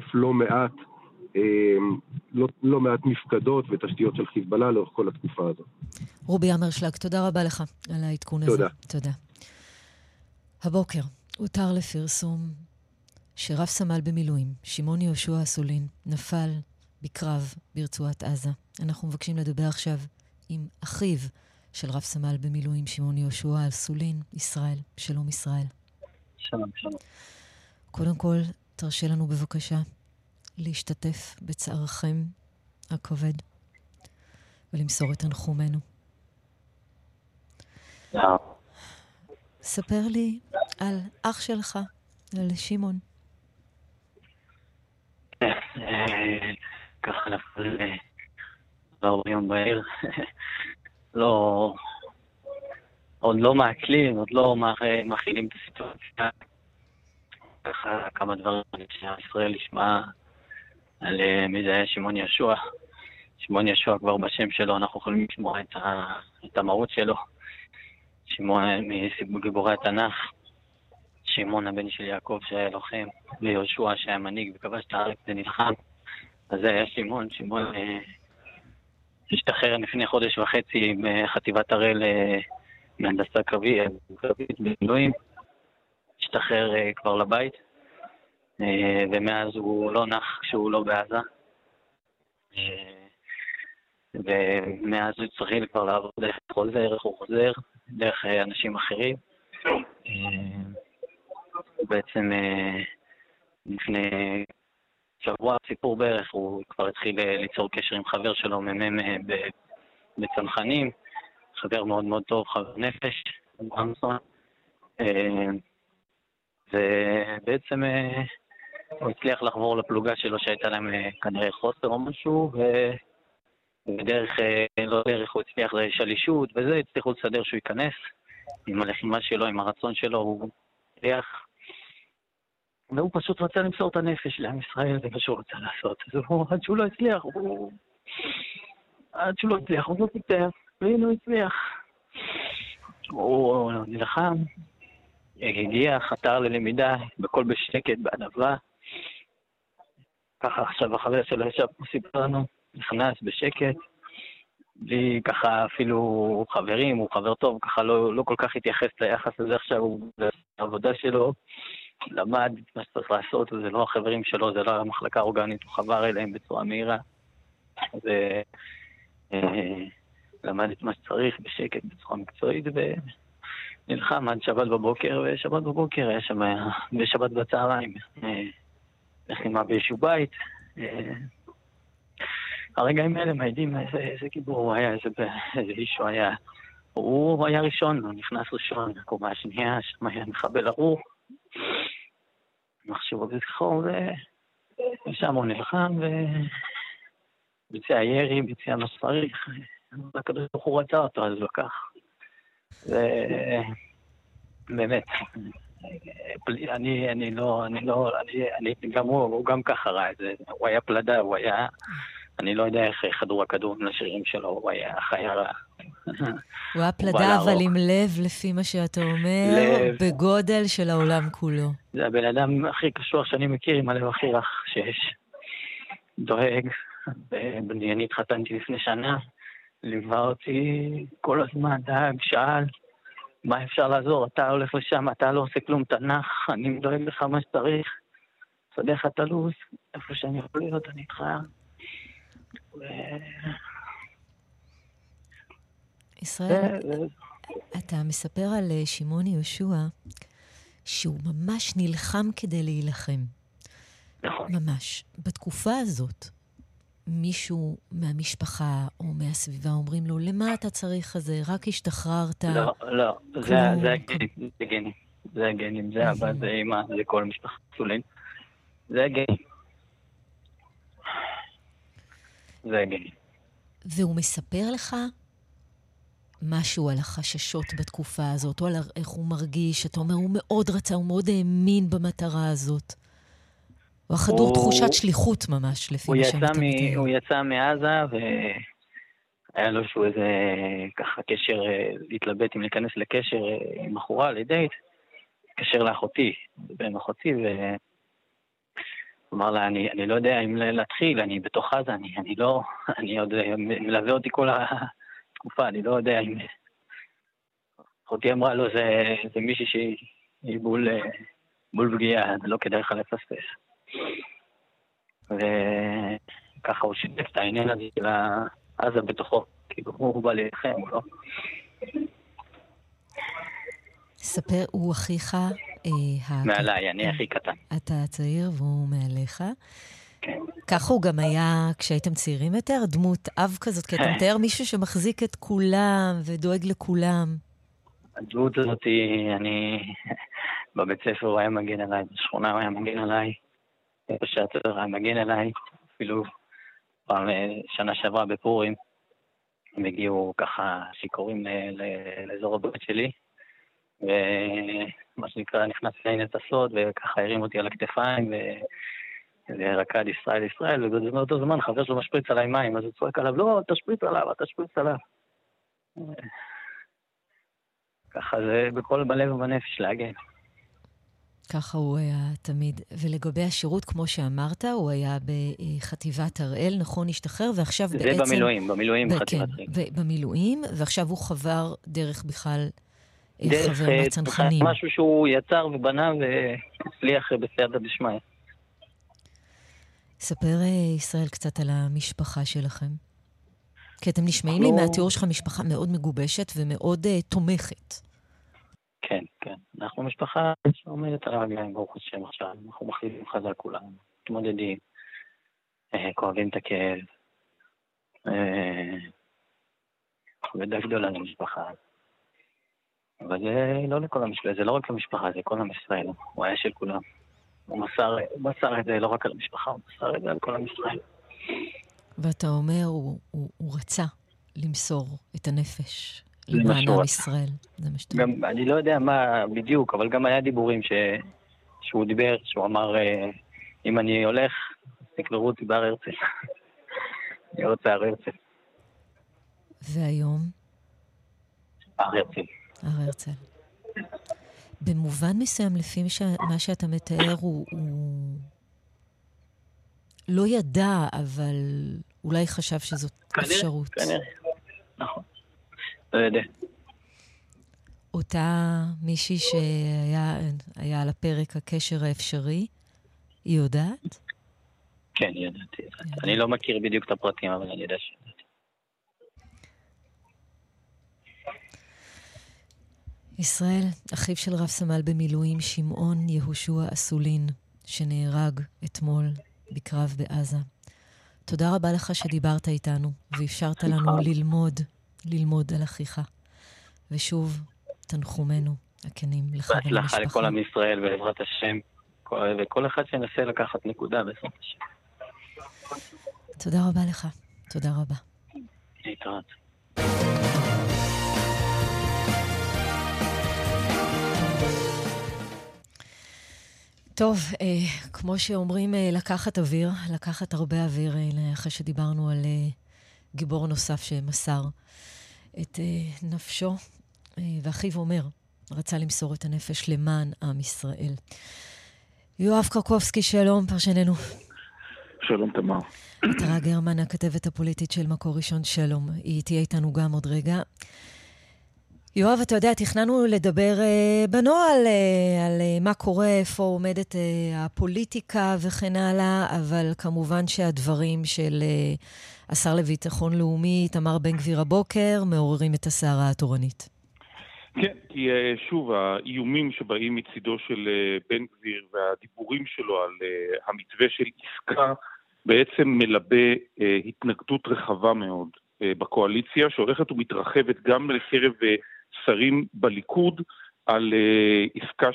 לא מעט מפקדות ותשתיות של חיזבאללה לאורך כל התקופה הזאת. רובי אמרשלג, תודה רבה לך על העדכון הזה. תודה. הבוקר הותר לפרסום שרב סמל במילואים, שמעון יהושע אסולין, נפל בקרב ברצועת עזה. אנחנו מבקשים לדבר עכשיו עם אחיו של רב סמל במילואים, שמעון יהושע אסולין, ישראל. שלום ישראל. שלום, שלום. קודם כל, תרשה לנו בבקשה להשתתף בצערכם הכבד ולמסור את תנחומינו. ספר לי על אח שלך, על שמעון. ככה נפל יום בעיר. עוד לא מעכלים, עוד לא מכילים את הסיטואציה. ככה כמה דברים שישראל ישמע על מי זה היה שמעון יהושע. שמעון יהושע כבר בשם שלו, אנחנו יכולים לשמוע את המהות שלו. שמעון מגיבורי התנ"ך. שמעון הבן של יעקב שהיה לוחם, ויהושע שהיה מנהיג וכבש את הארץ ונלחם. אז זה היה שמעון. שמעון השתחרר לפני חודש וחצי בחטיבת הראל מהנדסה קרבית במילואים. השתחרר כבר לבית, ומאז הוא לא נח כשהוא לא בעזה. ומאז הוא צריך כבר לעבוד דרך חוזר, איך הוא חוזר, דרך אנשים אחרים. בעצם לפני שבוע, סיפור בערך, הוא כבר התחיל ליצור קשר עם חבר שלו, בצנחנים, חבר מאוד מאוד טוב, חבר נפש, ברמסון. ובעצם הוא הצליח לחבור לפלוגה שלו שהייתה להם כנראה חוסר או משהו, ובדרך, לא דרך, הוא הצליח לשלישות, וזה הצליחו לסדר שהוא ייכנס עם הלחימה שלו, עם הרצון שלו, הוא הצליח. והוא פשוט רצה למסור את הנפש לעם ישראל, זה מה שהוא רצה לעשות. אז הוא, עד שהוא לא הצליח, הוא לא פיתר, והנה הוא הצליח. הוא נלחם, הגיע, חתר ללמידה, בכל בשקט, בענווה. ככה עכשיו החבר שלו ישב פה סיפר לנו, נכנס בשקט, בלי ככה אפילו חברים, הוא חבר טוב, ככה לא כל כך התייחס ליחס הזה עכשיו, הוא בעבודה שלו, למד מה שצריך לעשות, וזה לא החברים שלו, זה לא המחלקה האורגנית, הוא חבר אליהם בצורה מהירה. למד את מה שצריך בשקט, בצורה מקצועית, ונלחם עד שבת בבוקר, ושבת בבוקר היה שם, בשבת בצהריים, לחימה באיזשהו בית. הרגעים האלה מעידים איזה גיבור הוא היה, איזה איש הוא היה. הוא היה ראשון, הוא נכנס ראשון, הקומה השנייה, שם היה מחבל ארוך. מחשבו בזכור, ושם הוא נלחם, וביצע ירי, ביצע מספריך. הקדוש ברוך הוא רצה אותו, אז לא כך. ובאמת, הוא גם ככה ראה את זה. הוא היה פלדה, אני לא יודע איך חדרו הכדורים לשרירים שלו, הוא היה חיה רע. הוא היה פלדה, אבל עם לב, לפי מה שאתה אומר, בגודל של העולם כולו. זה הבן אדם הכי קשוח שאני מכיר, עם הלב הכי רך שיש. דואג. אני התחתנתי לפני שנה, ליווה אותי כל הזמן, דאג, שאל, מה אפשר לעזור? אתה הולך לשם, אתה לא עושה כלום, תנח, אני דואג לך מה שצריך. סדר לך את הלו"ז, איפה שאני יכול להיות, אני איתך. ישראל, אתה מספר על שמעון יהושע, שהוא ממש נלחם כדי להילחם. נכון. ממש. בתקופה הזאת, מישהו מהמשפחה או מהסביבה אומרים לו, למה אתה צריך את זה? רק השתחררת? לא, זה הגנים. זה הגנים, זה אבא, זה אמא, זה כל משפחה צולין. זה הגנים. זה הגנים. והוא מספר לך משהו על החששות בתקופה הזאת, או על איך הוא מרגיש, אתה אומר, הוא מאוד רצה, הוא מאוד האמין במטרה הזאת. הוא החדור תחושת שליחות ממש, לפי מה שאתה מתאר. הוא יצא מעזה, והיה לו שהוא איזה, ככה, קשר, להתלבט אם להיכנס לקשר עם בחורה, לדייט, קשר לאחותי, בין אחותי, אמר לה, אני לא יודע אם להתחיל, אני בתוך עזה, אני עוד מלווה אותי כל התקופה, אני לא יודע אם... אחותי אמרה לו, זה מישהי שהיא בול פגיעה, זה לא כדאי לך לפספס. וככה הוא שיתף את העניין הזה של עזה בתוכו, כאילו הוא בא להילחם, הוא לא... ספר, הוא אחיך... מעליי, אני הכי קטן. אתה צעיר והוא מעליך. כן. ככה הוא גם היה, כשהייתם צעירים יותר, דמות אב כזאת, כי אתה מתאר מישהו שמחזיק את כולם ודואג לכולם. הדמות הזאת, אני... בבית ספר הוא היה מגן עליי, בשכונה הוא היה מגן עליי, בשעתר היה מגן עליי, אפילו פעם שנה שעברה בפורים, הם הגיעו ככה שיכורים לאזור הבית שלי, ומה שנקרא נכנס לעין את הסוד, וככה הרים אותי על הכתפיים, ורקד ישראל, ובאותו זמן חבר שלו משפריץ עליי מים, אז הוא צועק עליו, לא, תשפריץ עליו. ככה זה בכל בלב ובנפש להגן. ככה הוא היה תמיד. ולגבי השירות, כמו שאמרת, הוא היה בחטיבת הראל, נכון, השתחרר, ועכשיו זה בעצם... זה במילואים, חטיבת הראל. במילואים, ועכשיו הוא חבר דרך בכלל חבר מהצנחנים. דרך משהו שהוא יצר ובנה והצליח בסייעתא דשמיא. ספר ישראל קצת על המשפחה שלכם. כי אתם נשמעים לי מהתיאור שלך משפחה מאוד מגובשת ומאוד תומכת. כן. אנחנו משפחה שעומדת על הרגליים, ברוך השם עכשיו. אנחנו מחליטים חזק כולם, מתמודדים, כואבים את הכאב. כבדה גדולה למשפחה. אבל זה לא לכל המשפחה, זה לא רק למשפחה, זה כל עם ישראל. הוא היה של כולם. הוא מסר את זה לא רק על המשפחה, הוא מסר את זה על כל עם ישראל. ואתה אומר, הוא רצה למסור את הנפש למען עם ישראל. זה מה שאתה אומר. אני לא יודע מה בדיוק, אבל גם היה דיבורים שהוא דיבר, שהוא אמר, אם אני הולך, תקברו אותי בהר הרצל. אני רוצה הר הרצל. והיום? הר הרצל. הר הרצל. במובן מסוים, לפי מה שאתה מתאר, הוא לא ידע, אבל אולי חשב שזאת אפשרות. כנראה, נכון. לא יודע. אותה מישהי שהיה על הפרק הקשר האפשרי, היא יודעת? כן, היא יודעת. אני לא מכיר בדיוק את הפרטים, אבל אני יודע שיודעת. ישראל, אחיו של רב סמל במילואים שמעון יהושע אסולין, שנהרג אתמול בקרב בעזה. תודה רבה לך שדיברת איתנו, ואפשרת לנו ללמוד על אחיך. ושוב, תנחומנו הכנים לך ולמשפחה. בהצלחה לכל עם ישראל בעזרת השם, וכל אחד שינסה לקחת נקודה בעזרת השם. תודה רבה לך. תודה רבה. להתראות. טוב, כמו שאומרים, לקחת אוויר, לקחת הרבה אוויר, אחרי שדיברנו על גיבור נוסף שמסר את נפשו, ואחיו אומר, רצה למסור את הנפש למען עם ישראל. יואב קרקובסקי, שלום, פרשננו. שלום, תמר. מטרה גרמן, הכתבת הפוליטית של מקור ראשון, שלום. היא תהיה איתנו גם עוד רגע. יואב, אתה יודע, תכננו לדבר בנועל על מה קורה, איפה עומדת הפוליטיקה וכן הלאה, אבל כמובן שהדברים של השר לביטחון לאומי, תמר בן גביר הבוקר, מעוררים את הסערה התורנית. כן, כי שוב, האיומים שבאים מצידו של בן גביר והדיבורים שלו על המתווה של עסקה, בעצם מלבה התנגדות רחבה מאוד בקואליציה, שהולכת ומתרחבת גם לקרב שרים בליכוד, על עסקה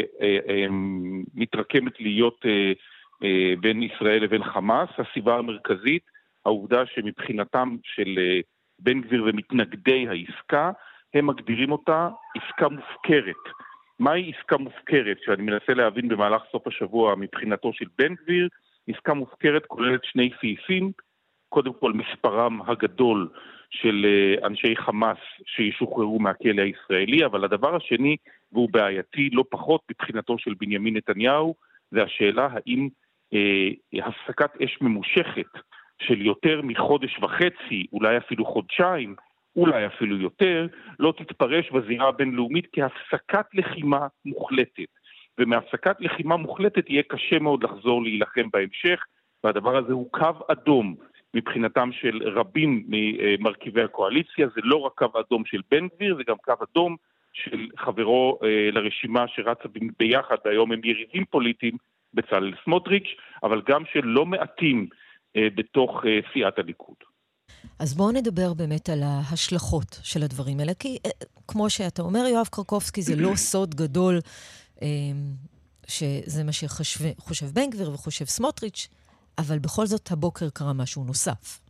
שמתרקמת להיות בין ישראל לבין חמאס. הסיבה המרכזית, העובדה שמבחינתם של בן גביר ומתנגדי העסקה, הם מגדירים אותה עסקה מופקרת. מהי עסקה מופקרת? שאני מנסה להבין במהלך סוף השבוע מבחינתו של בן גביר, עסקה מופקרת כוללת שני סעיפים, קודם כל מספרם הגדול של אנשי חמאס שישוחררו מהכלא הישראלי, אבל הדבר השני, והוא בעייתי לא פחות מבחינתו של בנימין נתניהו, זה השאלה האם הפסקת אש ממושכת של יותר מחודש וחצי, אולי אפילו חודשיים, אולי אפילו יותר, לא תתפרש בזירה הבינלאומית כהפסקת לחימה מוחלטת. ומהפסקת לחימה מוחלטת יהיה קשה מאוד לחזור להילחם בהמשך, והדבר הזה הוא קו אדום מבחינתם של רבים ממרכיבי הקואליציה. זה לא רק קו אדום של בן גביר, זה גם קו אדום של חברו לרשימה שרצה ביחד, והיום הם יריבים פוליטיים, בצלאל סמוטריץ', אבל גם של לא מעטים בתוך סיעת הליכוד. אז בואו נדבר באמת על ההשלכות של הדברים האלה, כי כמו שאתה אומר, יואב קרקובסקי, זה לא סוד גדול שזה מה שחושב בן גביר וחושב סמוטריץ', אבל בכל זאת הבוקר קרה משהו נוסף.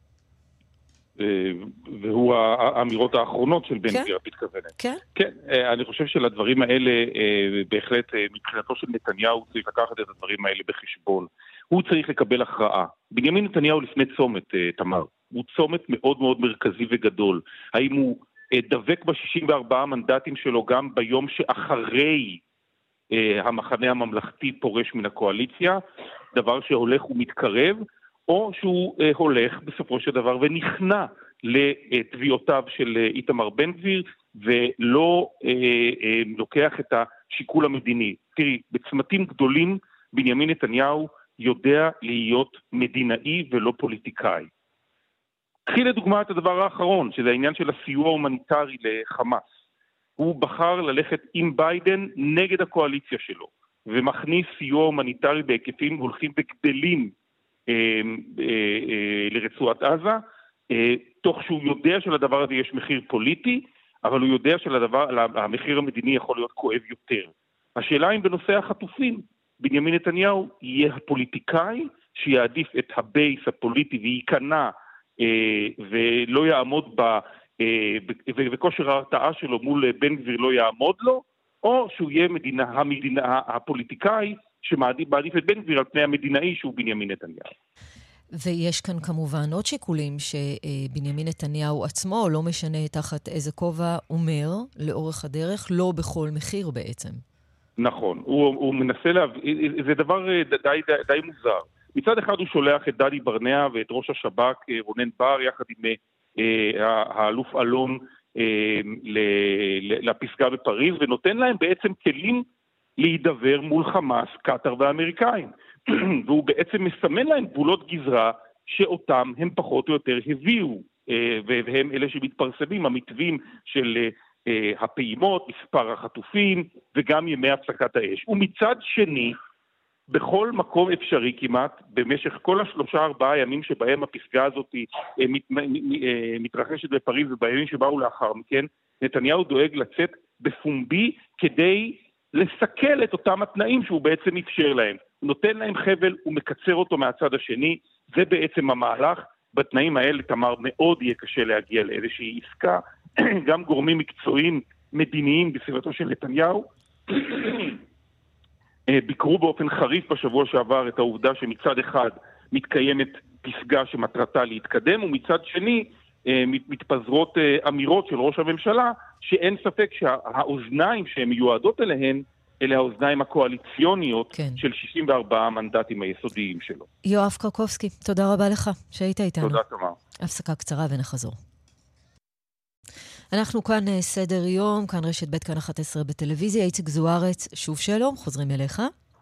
והוא האמירות האחרונות של בן גביר, מתכוונת. כן? כן, אני חושב שלדברים האלה, בהחלט מבחינתו של נתניהו צריך לקחת את הדברים האלה בחשבון. הוא צריך לקבל הכרעה. בנימין נתניהו לפני צומת, תמר, הוא צומת מאוד מאוד מרכזי וגדול. האם הוא דבק ב-64 מנדטים שלו גם ביום שאחרי המחנה הממלכתי פורש מן הקואליציה, דבר שהולך ומתקרב, או שהוא הולך בסופו של דבר ונכנע לתביעותיו של איתמר בן גביר, ולא לוקח את השיקול המדיני. תראי, בצמתים גדולים בנימין נתניהו יודע להיות מדינאי ולא פוליטיקאי. קחי לדוגמה את הדבר האחרון, שזה העניין של הסיוע ההומניטרי לחמאס. הוא בחר ללכת עם ביידן נגד הקואליציה שלו, ומכניס סיוע הומניטרי בהיקפים הולכים וגדלים לרצועת עזה, תוך שהוא יודע שלדבר הזה יש מחיר פוליטי, אבל הוא יודע שהמחיר המדיני יכול להיות כואב יותר. השאלה אם בנושא החטופים, בנימין נתניהו יהיה הפוליטיקאי שיעדיף את הבייס הפוליטי וייכנע ולא יעמוד וכושר ההרתעה שלו מול בן גביר לא יעמוד לו, או שהוא יהיה הפוליטיקאי שמעדיף את בן גביר על פני המדינאי שהוא בנימין נתניהו. ויש כאן כמובן עוד שיקולים שבנימין נתניהו עצמו, לא משנה תחת איזה כובע, אומר לאורך הדרך, לא בכל מחיר בעצם. נכון, הוא מנסה זה דבר די מוזר. מצד אחד הוא שולח את דדי ברנע ואת ראש השב"כ רונן בר יחד עם האלוף אלון לפסגה בפריז, ונותן להם בעצם כלים להידבר מול חמאס, קטר והאמריקאים. והוא בעצם מסמן להם גבולות גזרה שאותם הם פחות או יותר הביאו, והם אלה שמתפרסמים, המתווים של הפעימות, מספר החטופים, וגם ימי הפסקת האש. ומצד שני, בכל מקום אפשרי כמעט, במשך כל 3-4 ימים שבהם הפסגה הזאת מתרחשת בפריז, ובימים שבאו לאחר מכן, נתניהו דואג לצאת בפומבי כדי לסכל את אותם התנאים שהוא בעצם אפשר להם. הוא נותן להם חבל, הוא מקצר אותו מהצד השני, זה בעצם המהלך. בתנאים האלה, תמר, מאוד יהיה קשה להגיע לאיזושהי עסקה. גם גורמים מקצועיים מדיניים בסביבתו של נתניהו ביקרו באופן חריף בשבוע שעבר את העובדה שמצד אחד מתקיימת פסגה שמטרתה להתקדם, ומצד שני מתפזרות אמירות של ראש הממשלה, שאין ספק שהאוזניים שהן מיועדות אליהן, אלה האוזניים הקואליציוניות של 64 המנדטים היסודיים שלו. יואב קרקובסקי, תודה רבה לך שהיית איתנו. תודה, תמר. הפסקה קצרה ונחזור. אנחנו כאן סדר יום, כאן רשת ב', כאן 11 בטלוויזיה. איציק זוארץ, שוב שלום, חוזרים אליך.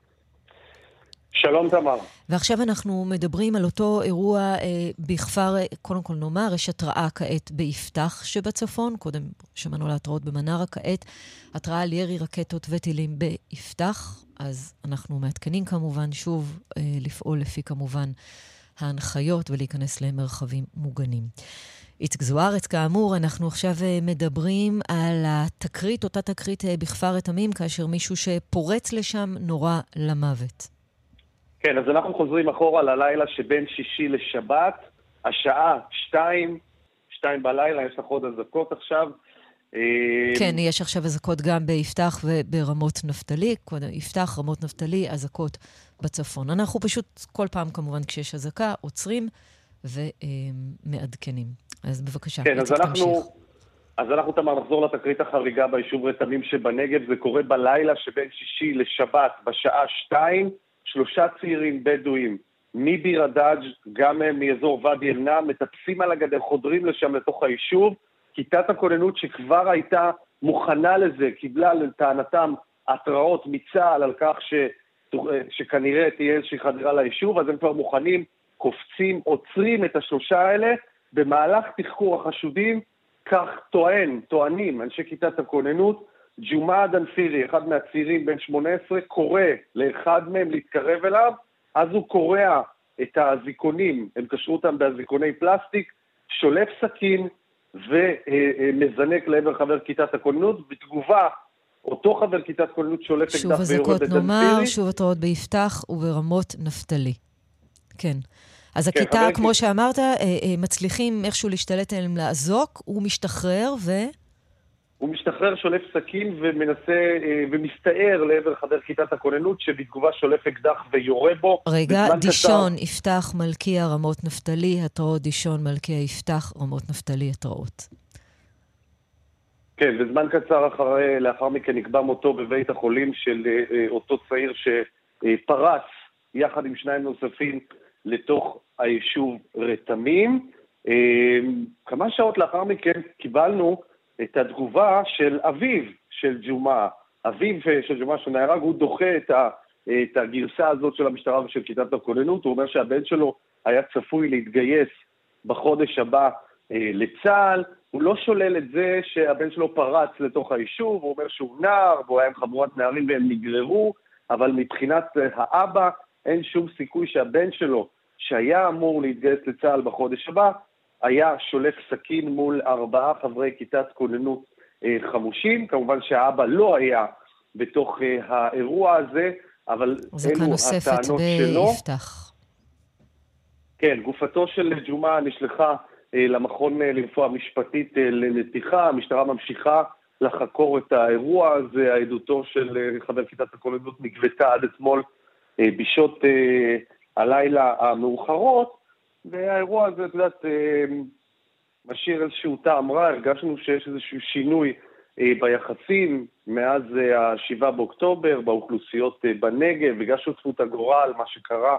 שלום תמר. ועכשיו אנחנו מדברים על אותו אירוע בכפר, קודם כל נאמר, יש התראה כעת ביפתח שבצפון, קודם שמענו על התראות במנרה, כעת התראה על ירי רקטות וטילים ביפתח, אז אנחנו מעדכנים כמובן שוב לפעול לפי כמובן ההנחיות ולהיכנס למרחבים מוגנים. איציק זוארץ, כאמור, אנחנו עכשיו מדברים על התקרית, אותה תקרית בכפר רתמים, כאשר מישהו שפורץ לשם נורא למוות. כן, אז אנחנו חוזרים אחורה ללילה שבין שישי לשבת, השעה 2 בלילה, יש לך עוד אזעקות עכשיו. כן, יש עכשיו אזעקות גם ביפתח וברמות נפתלי, יפתח, רמות נפתלי, אזעקות בצפון. אנחנו פשוט כל פעם כמובן כשיש אזעקה, עוצרים ומעדכנים. אז בבקשה, כן, אז אנחנו תמר נחזור לתקרית החריגה ביישוב רתמים שבנגב, זה קורה בלילה שבין שישי לשבת, בשעה 2, 3 צעירים בדואים מביר הדאג', גם מאזור ואדי אל-נעם, מטפסים על הגדר, חודרים לשם לתוך היישוב. כיתת הכוננות שכבר הייתה מוכנה לזה, קיבלה לטענתם התראות מצה"ל על כך שכנראה תהיה איזושהי חדירה ליישוב, אז הם כבר מוכנים, קופצים, עוצרים את השלושה האלה. במהלך תחקור החשודים, כך טוענים אנשי כיתת הכוננות, ג'ומעה דנפירי, אחד מהצעירים בן 18, קורא לאחד מהם להתקרב אליו, אז הוא קורע את הזיקונים, הם קשרו אותם בהזיקוני פלסטיק, שולף סכין ומזנק לעבר חבר כיתת הכוננות. בתגובה, אותו חבר כיתת כוננות שולף אקדח ויורד שוב לדנפירי. אזעקות נאמר, שוב התראות ביפתח וברמות נפתלי. כן. אז הכיתה, כמו שאמרת, מצליחים איכשהו להשתלט עליהם לעזוק, הוא משתחרר הוא משתחרר, שולף סכין ומנסה ומסתער לעבר חבר כיתת הכוננות, שבתגובה שולף אקדח ויורה בו. רגע, דישון, יפתח, מלכיה, רמות נפתלי, התראות דישון, מלכיה, יפתח, רמות נפתלי, התראות. כן, וזמן קצר לאחר מכן נקבע מותו בבית החולים של אותו צעיר שפרץ יחד עם שניים נוספים לתוך היישוב רתמים. כמה שעות לאחר מכן קיבלנו את התגובה של אביו של ג'ומעה. אביו של ג'ומעה שנהרג, הוא דוחה את הגרסה הזאת של המשטרה ושל כיתת הכוננות. הוא אומר שהבן שלו היה צפוי להתגייס בחודש הבא לצה"ל. הוא לא שולל את זה שהבן שלו פרץ לתוך היישוב, הוא אומר שהוא נער, והוא היה עם חבורת נערים והם נגררו, אבל מבחינת האבא אין שום סיכוי שהבן שלו, שהיה אמור להתגייס לצה"ל בחודש הבא, היה שולף סכין מול 4 חברי כיתת כוננות חמושים. כמובן שהאבא לא היה בתוך האירוע הזה, אבל אלו הטענות שלו. ביפתח. כן, גופתו של ג'ומעה נשלחה למכון לרפואה משפטית לנתיחה. המשטרה ממשיכה לחקור את האירוע הזה. העדותו של חבר כיתת הכוננות נגבתה עד אתמול בשעות הלילה המאוחרות, והאירוע הזה, את יודעת, משאיר איזשהו טעם רע. הרגשנו שיש איזשהו שינוי ביחסים מאז ה-7 באוקטובר, באוכלוסיות בנגב, בגלל שותפות הגורל, מה שקרה.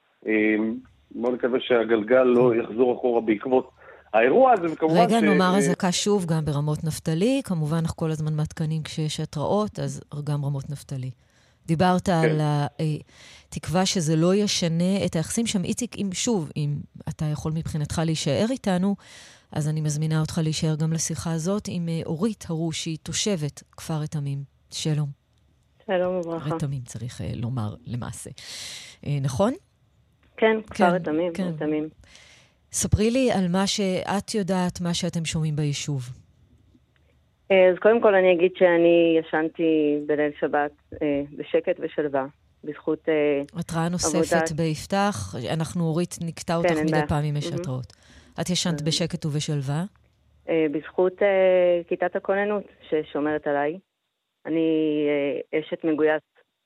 בואו נקווה שהגלגל לא יחזור אחורה בעקבות האירוע הזה, וכמובן רגע, נאמר אזעקה שוב גם ברמות נפתלי, כמובן אנחנו כל הזמן מעדכנים כשיש התראות, אז גם רמות נפתלי. דיברת על התקווה שזה לא ישנה את היחסים שם. איציק, אם אתה יכול מבחינתך להישאר איתנו, אז אני מזמינה אותך להישאר גם לשיחה הזאת עם אורית הרוש, שהיא תושבת כפר רתמים. שלום. שלום וברכה. רתמים צריך לומר למעשה. נכון? כן, כפר רתמים, רתמים. ספרי לי על מה שאת יודעת, מה שאתם שומעים ביישוב. אז קודם כל אני אגיד שאני ישנתי בליל שבת בשקט ושלווה, בזכות התראה נוספת ביפתח, אנחנו אורית נקטע אותך מדי פעם אם יש התראות. את ישנת בשקט ובשלווה? בזכות כיתת הכוננות ששומרת עליי. אני אשת מגויס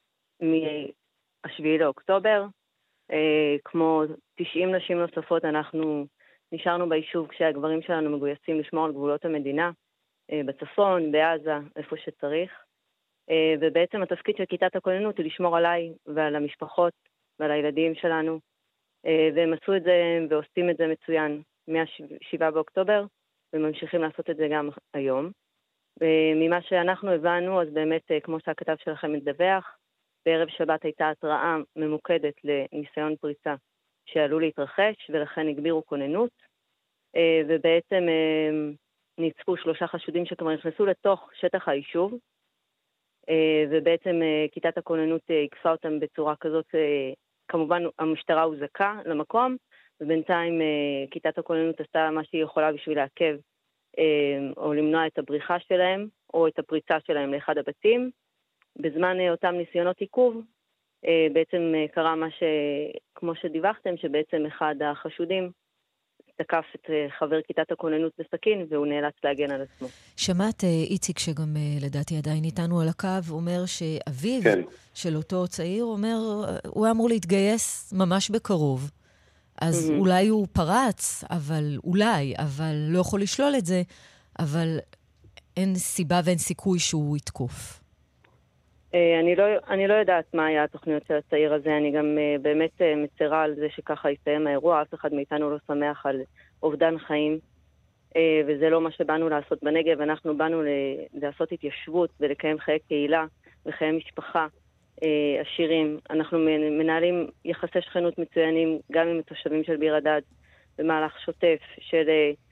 מ-7 לאוקטובר, כמו 90 נשים נוספות אנחנו נשארנו ביישוב כשהגברים שלנו מגויסים לשמור על גבולות המדינה, בצפון, בעזה, איפה שצריך. ובעצם התפקיד של כיתת הכוננות הוא לשמור עליי ועל המשפחות ועל הילדים שלנו. והם עשו את זה ועושים את זה מצוין מ-7 באוקטובר. וממשיכים לעשות את זה גם היום. ממה שאנחנו הבנו, אז באמת, כמו שהכתב שלכם מדווח, בערב שבת הייתה התראה ממוקדת לניסיון פריצה שעלול להתרחש, ולכן הגבירו כוננות, ובעצם נצפו 3 חשודים שכבר נכנסו לתוך שטח היישוב, ובעצם כיתת הכוננות עקפה אותם בצורה כזאת, כמובן המשטרה הוזעקה למקום, ובינתיים כיתת הכוננות עשתה מה שהיא יכולה בשביל לעכב או למנוע את הבריחה שלהם, או את הפריצה שלהם לאחד הבתים. בזמן אותם ניסיונות עיכוב, בעצם קרה מה כמו שדיווחתם, שבעצם אחד החשודים תקף את חבר כיתת הכוננות בסכין, והוא נאלץ להגן על עצמו. שמעת איציק, שגם לדעתי עדיין איתנו על הקו, אומר שאביו של אותו צעיר אומר, הוא אמור להתגייס ממש בקרוב. אז אולי הוא פרץ, אבל לא יכול לשלול את זה, אבל אין סיבה ואין סיכוי שהוא יתקוף. אני לא יודעת מה היה התוכניות של הצעיר הזה, אני גם באמת מצרה על זה שככה יסתיים האירוע, אף אחד מאיתנו לא שמח על אובדן חיים, וזה לא מה שבאנו לעשות בנגב, אנחנו באנו לעשות התיישבות ולקיים חיי קהילה וחיי משפחה עשירים. אנחנו מנהלים יחסי שכנות מצוינים גם עם התושבים של ביר הדאג' במהלך שוטף של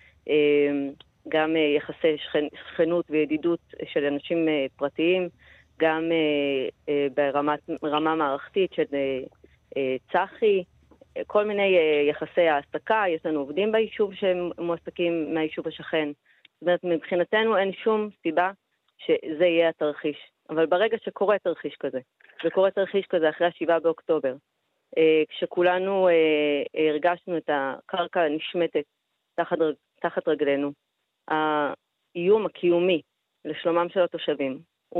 גם יחסי שכנות וידידות של אנשים פרטיים, גם ברמה מערכתית של צחי, כל מיני יחסי העסקה. יש לנו עובדים ביישוב שהם מועסקים מהיישוב השכן. זאת אומרת, מבחינתנו אין שום סיבה שזה יהיה התרחיש. אבל ברגע שקורה תרחיש כזה, וקורה תרחיש כזה אחרי 7 באוקטובר, כשכולנו הרגשנו את הקרקע נשמטת תחת רגלינו, האיום הקיומי לשלומם של התושבים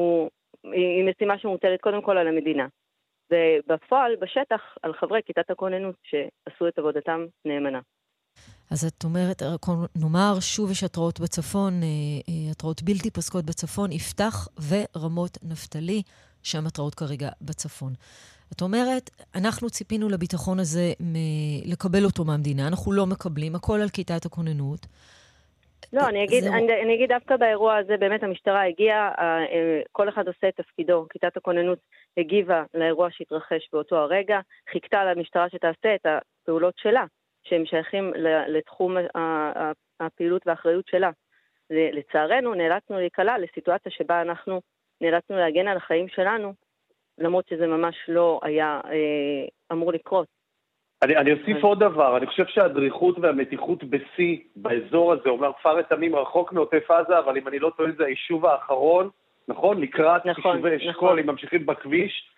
היא משימה שמוטלת קודם כל על המדינה. ובפועל, בשטח, על חברי כיתת הכוננות שעשו את עבודתם נאמנה. אז את אומרת, נאמר, שוב יש התראות בצפון, התראות בלתי פוסקות בצפון, יפתח ורמות נפתלי, שם התראות כרגע בצפון. את אומרת, אנחנו ציפינו לביטחון הזה לקבל אותו מהמדינה, אנחנו לא מקבלים, הכל על כיתת הכוננות. לא, אני אגיד דווקא באירוע הזה, באמת המשטרה הגיעה, כל אחד עושה את תפקידו, כיתת הכוננות הגיבה לאירוע שהתרחש באותו הרגע, חיכתה למשטרה שתעשה את הפעולות שלה, שהם שייכים לתחום הפעילות והאחריות שלה. לצערנו נאלצנו להיקלע לסיטואציה שבה אנחנו נאלצנו להגן על החיים שלנו, למרות שזה ממש לא היה אמור לקרות. אני אוסיף עוד דבר, אני חושב שהדריכות והמתיחות בשיא באזור הזה, אומר כפר תמים רחוק מעוטף עזה, אבל אם אני לא טועה זה היישוב האחרון, נכון? לקראת יישובי אשכול, אם ממשיכים בכביש,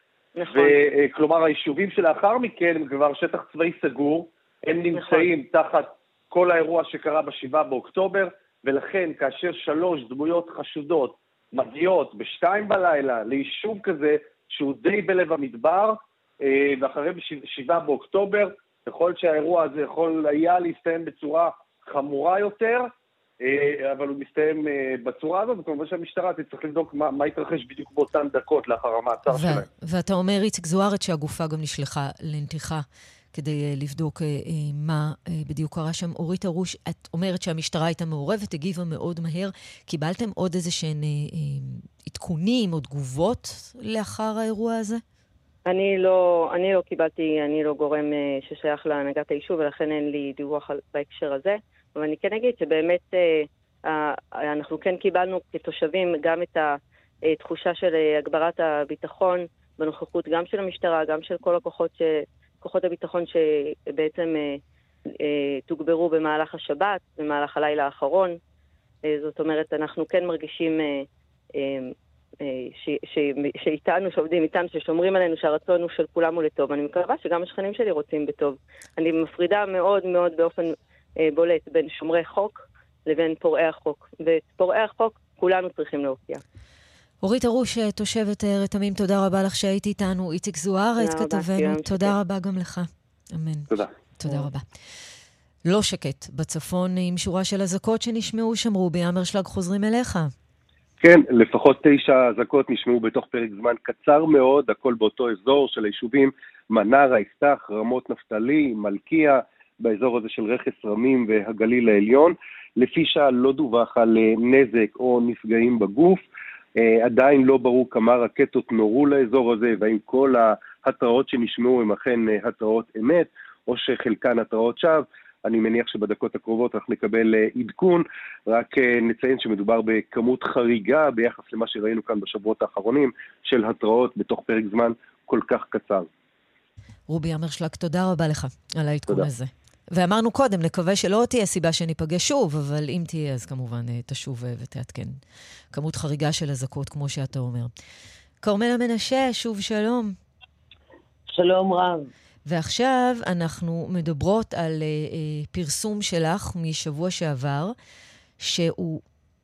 וכלומר היישובים שלאחר מכן הם כבר שטח צבאי סגור, הם נמצאים תחת כל האירוע שקרה ב7 באוקטובר, ולכן כאשר 3 דמויות חשודות מגיעות ב2 בלילה ליישוב כזה שהוא די בלב המדבר, ואחרי 7 באוקטובר, יכול שהאירוע הזה יכול היה להסתיים בצורה חמורה יותר, אבל הוא מסתיים בצורה הזאת, וכמובן שהמשטרה תצטרך לבדוק מה יתרחש בדיוק באותן דקות לאחר המעצר שלהם. ואתה אומר, איציק זוארץ, שהגופה גם נשלחה לנתיחה כדי לבדוק מה בדיוק קרה שם. אורית הרוש, את אומרת שהמשטרה הייתה מעורבת, הגיבה מאוד מהר. קיבלתם עוד איזה שהן עדכונים או תגובות לאחר האירוע הזה? אני לא קיבלתי, אני לא גורם ששייך להנהגת היישוב, ולכן אין לי דיווח בהקשר הזה. אבל אני כן אגיד שבאמת אנחנו כן קיבלנו כתושבים גם את התחושה של הגברת הביטחון, בנוכחות גם של המשטרה, גם של כל כוחות הביטחון שבעצם תוגברו במהלך השבת, במהלך הלילה האחרון. זאת אומרת, אנחנו כן מרגישים שאיתנו, שעובדים איתנו, ששומרים עלינו, שהרצון הוא של כולם הוא לטוב. אני מקווה שגם השכנים שלי רוצים בטוב. אני מפרידה מאוד מאוד באופן בולט בין שומרי חוק לבין פורעי החוק. ופורעי החוק כולנו צריכים להוקיע. אורית הרוש, תושבת רתמים, תודה רבה לך שהיית איתנו. איציק זוארץ, כתבנו, תודה רבה גם לך. אמן. תודה. תודה רבה. לא שקט בצפון עם שורה של אזעקות שנשמעו שם. רובי אמרשלג, חוזרים אליך. כן, לפחות 9 אזעקות נשמעו בתוך פרק זמן קצר מאוד, הכל באותו אזור של היישובים מנרה, יפתח, רמות נפתלי, מלכיה, באזור הזה של רכס רמים והגליל העליון. לפי שעה לא דווח על נזק או נפגעים בגוף. עדיין לא ברור כמה רקטות נורו לאזור הזה, והאם כל ההתראות שנשמעו הם אכן התראות אמת, או שחלקן התראות שווא. אני מניח שבדקות הקרובות אנחנו נקבל עדכון, רק נציין שמדובר בכמות חריגה ביחס למה שראינו כאן בשבועות האחרונים, של התראות בתוך פרק זמן כל כך קצר. רובי אמרשלג, תודה רבה לך על העדכון הזה. ואמרנו קודם, נקווה שלא תהיה סיבה שניפגש שוב, אבל אם תהיה, אז כמובן תשוב ותעדכן. כמות חריגה של אזעקות, כמו שאתה אומר. כרמלה מנשה, שוב שלום. שלום רב. ועכשיו אנחנו מדברות על פרסום שלך משבוע שעבר, שהוא...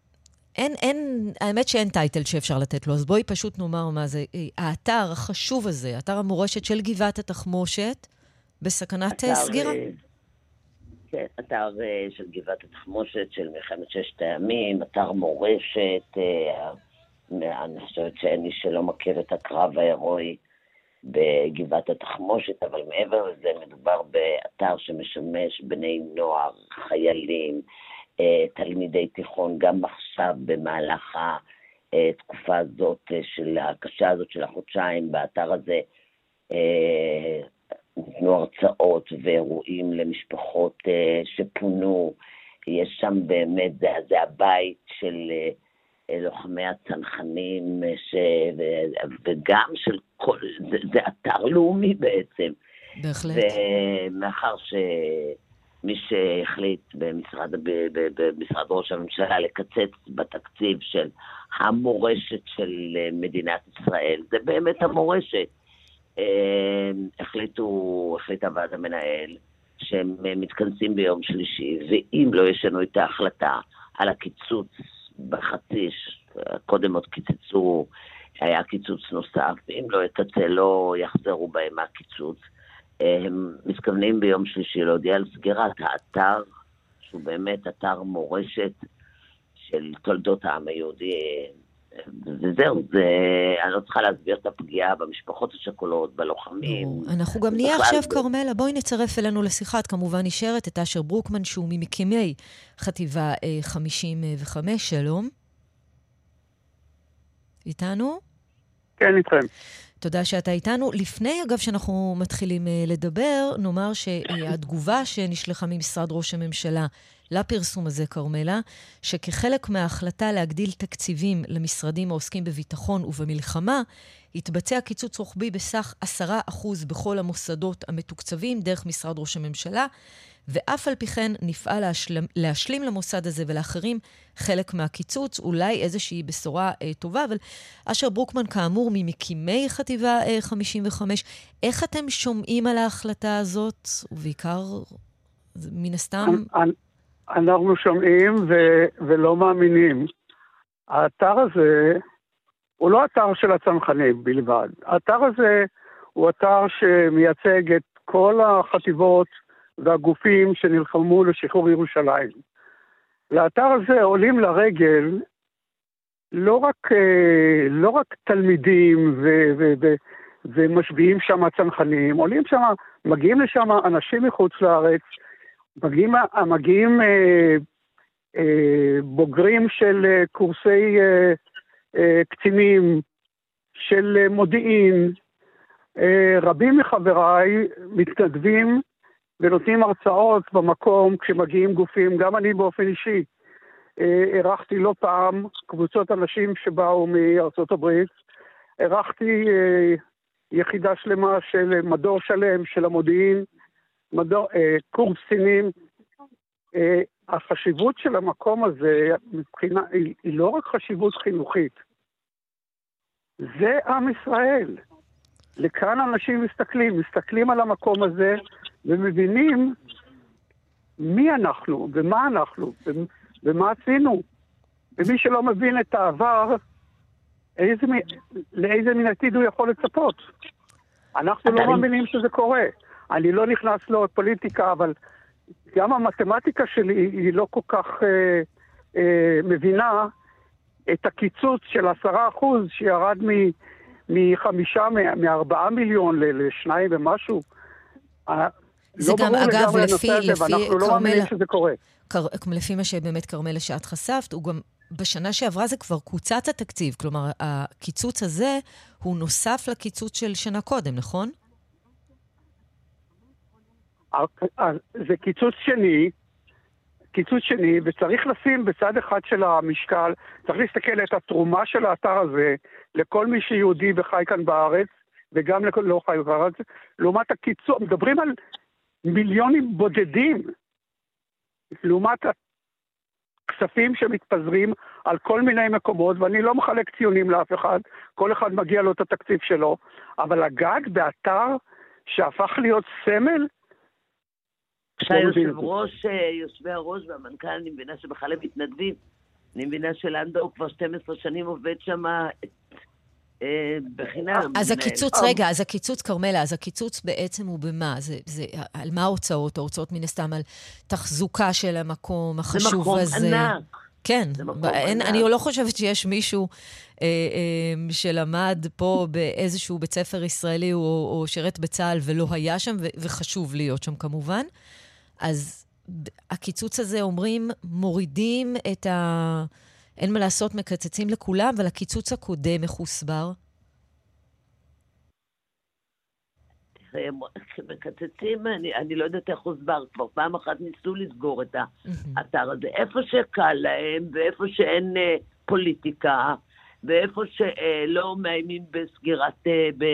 האמת שאין טייטל שאפשר לתת לו, אז בואי פשוט נאמר מה זה. האתר החשוב הזה, אתר המורשת של גבעת התחמושת, בסכנת סגירה. כן, אתר של גבעת התחמושת, של מלחמת ששת הימים, אתר מורשת, אני חושבת שאין מי שלא מכיר את הקרב ההירואי בגבעת התחמושת, אבל מעבר לזה מדובר באתר שמשמש בני נוער, חיילים, תלמידי תיכון, גם עכשיו במהלך התקופה הזאת, הקשה הזאת של החודשיים, באתר הזה ניתנו הרצאות ואירועים למשפחות שפונו. יש שם באמת, זה הבית של לוחמי הצנחנים, וגם של כל, זה אתר לאומי בעצם. בהחלט. ומאחר שמי שהחליט במשרד ראש הממשלה לקצץ בתקציב של המורשת של מדינת ישראל, זה באמת המורשת. החליטה ועד המנהל שהם מתכנסים ביום שלישי, ואם לא ישנו את ההחלטה על הקיצוץ בחצי, קודם עוד קיצצו, היה קיצוץ נוסף, אם לא יקצה, לא יחזרו בהם מהקיצוץ, הם מתכוונים ביום שלישי להודיע על סגירת האתר, שהוא באמת אתר מורשת של תולדות העם היהודי, וזהו, אני לא צריכה להסביר את הפגיעה במשפחות השכולות, בלוחמים. אנחנו גם נהיה עכשיו, כרמלה, בואי נצרף אלינו לשיחת, כמובן נשארת את אשר ברוקמן, שהוא ממקימי חטיבה 55, שלום. איתנו? כן, איתכם. תודה שאתה איתנו. לפני, אגב, שאנחנו מתחילים לדבר, נאמר שהתגובה שנשלחה ממשרד ראש הממשלה לפרסום הזה, כרמלה, שכחלק מההחלטה להגדיל תקציבים למשרדים העוסקים בביטחון ובמלחמה, התבצע קיצוץ רוחבי בסך 10% בכל המוסדות המתוקצבים דרך משרד ראש הממשלה, ואף על פי כן נפעל להשלים למוסד הזה ולאחרים חלק מהקיצוץ, אולי איזושהי בשורה טובה, אבל אשר ברוקמן כאמור ממקימי חטיבה 55, איך אתם שומעים על ההחלטה הזאת, ובעיקר מן הסתם... אנחנו שומעים ולא מאמינים. האתר הזה הוא לא אתר של הצנחנים בלבד. האתר הזה הוא אתר שמייצג את כל החטיבות והגופים שנלחמו לשחרור ירושלים. לאתר הזה עולים לרגל לא רק תלמידים ומשביעים שם הצנחנים, מגיעים לשם אנשים מחוץ לארץ, מגיעים בוגרים של קורסי קצינים, של מודיעין, רבים מחבריי מתנדבים ונותנים הרצאות במקום כשמגיעים גופים, גם אני באופן אישי. ערכתי לא פעם קבוצות אנשים שבאו מארצות הברית, ערכתי יחידה שלמה של מדור שלם של המודיעין, קורס קצינים. החשיבות של המקום הזה מבחינה, היא לא רק חשיבות חינוכית, זה עם ישראל. לכאן אנשים מסתכלים על המקום הזה ומבינים מי אנחנו ומה אנחנו ומה עשינו. ומי שלא מבין את העבר, לאיזה מן עתיד הוא יכול לצפות. אנחנו לא מאמינים שזה קורה. אני לא נכנס לפוליטיקה, אבל גם המתמטיקה שלי היא לא כל כך מבינה את הקיצוץ של 10% שירד מ4 מיליון ל2 ומשהו. לא ברור לגמרי הנושא הזה, ואנחנו לא מאמינים שזה קורה. לפי מה שבאמת כרמלה שאת חשפת, הוא גם בשנה שעברה זה כבר קוצץ התקציב, כלומר, הקיצוץ הזה הוא נוסף לקיצוץ של שנה קודם, נכון? זה קיצוץ שני, וצריך לשים בצד אחד של המשקל, צריך להסתכל את התרומה של האתר הזה לכל מי שיהודי וחי כאן בארץ, וגם לא חי בארץ, לעומת הקיצוץ, מדברים על מיליונים בודדים, לעומת הכספים שמתפזרים על כל מיני מקומות, ואני לא מחלק ציונים לאף אחד, כל אחד מגיע לו את התקציב שלו, אבל הגג באתר שהפך להיות סמל, יושבי הראש והמנכ"ל, אני מבינה שבכלל הם מתנדבים. אני מבינה שלנדאו כבר 12 שנים עובד שם בחינם. אז הקיצוץ, רגע, אז הקיצוץ, כרמלה, אז הקיצוץ בעצם הוא במה? זה על מה ההוצאות? ההוצאות מן הסתם על תחזוקה של המקום החשוב הזה. זה מקום ענק. כן, אני לא חושבת שיש מישהו שלמד פה באיזשהו בית ספר ישראלי או שירת בצה"ל ולא היה שם, וחשוב להיות שם כמובן. אז הקיצוץ הזה אומרים, מורידים את אין מה לעשות, מקצצים לכולם, אבל הקיצוץ הקודם מחוסבר. מקצצים, אני לא יודעת איך הוסבר, כבר פעם אחת ניסו לסגור את האתר הזה. איפה שקל להם, ואיפה שאין פוליטיקה, ואיפה שלא מאיימים בסגירת,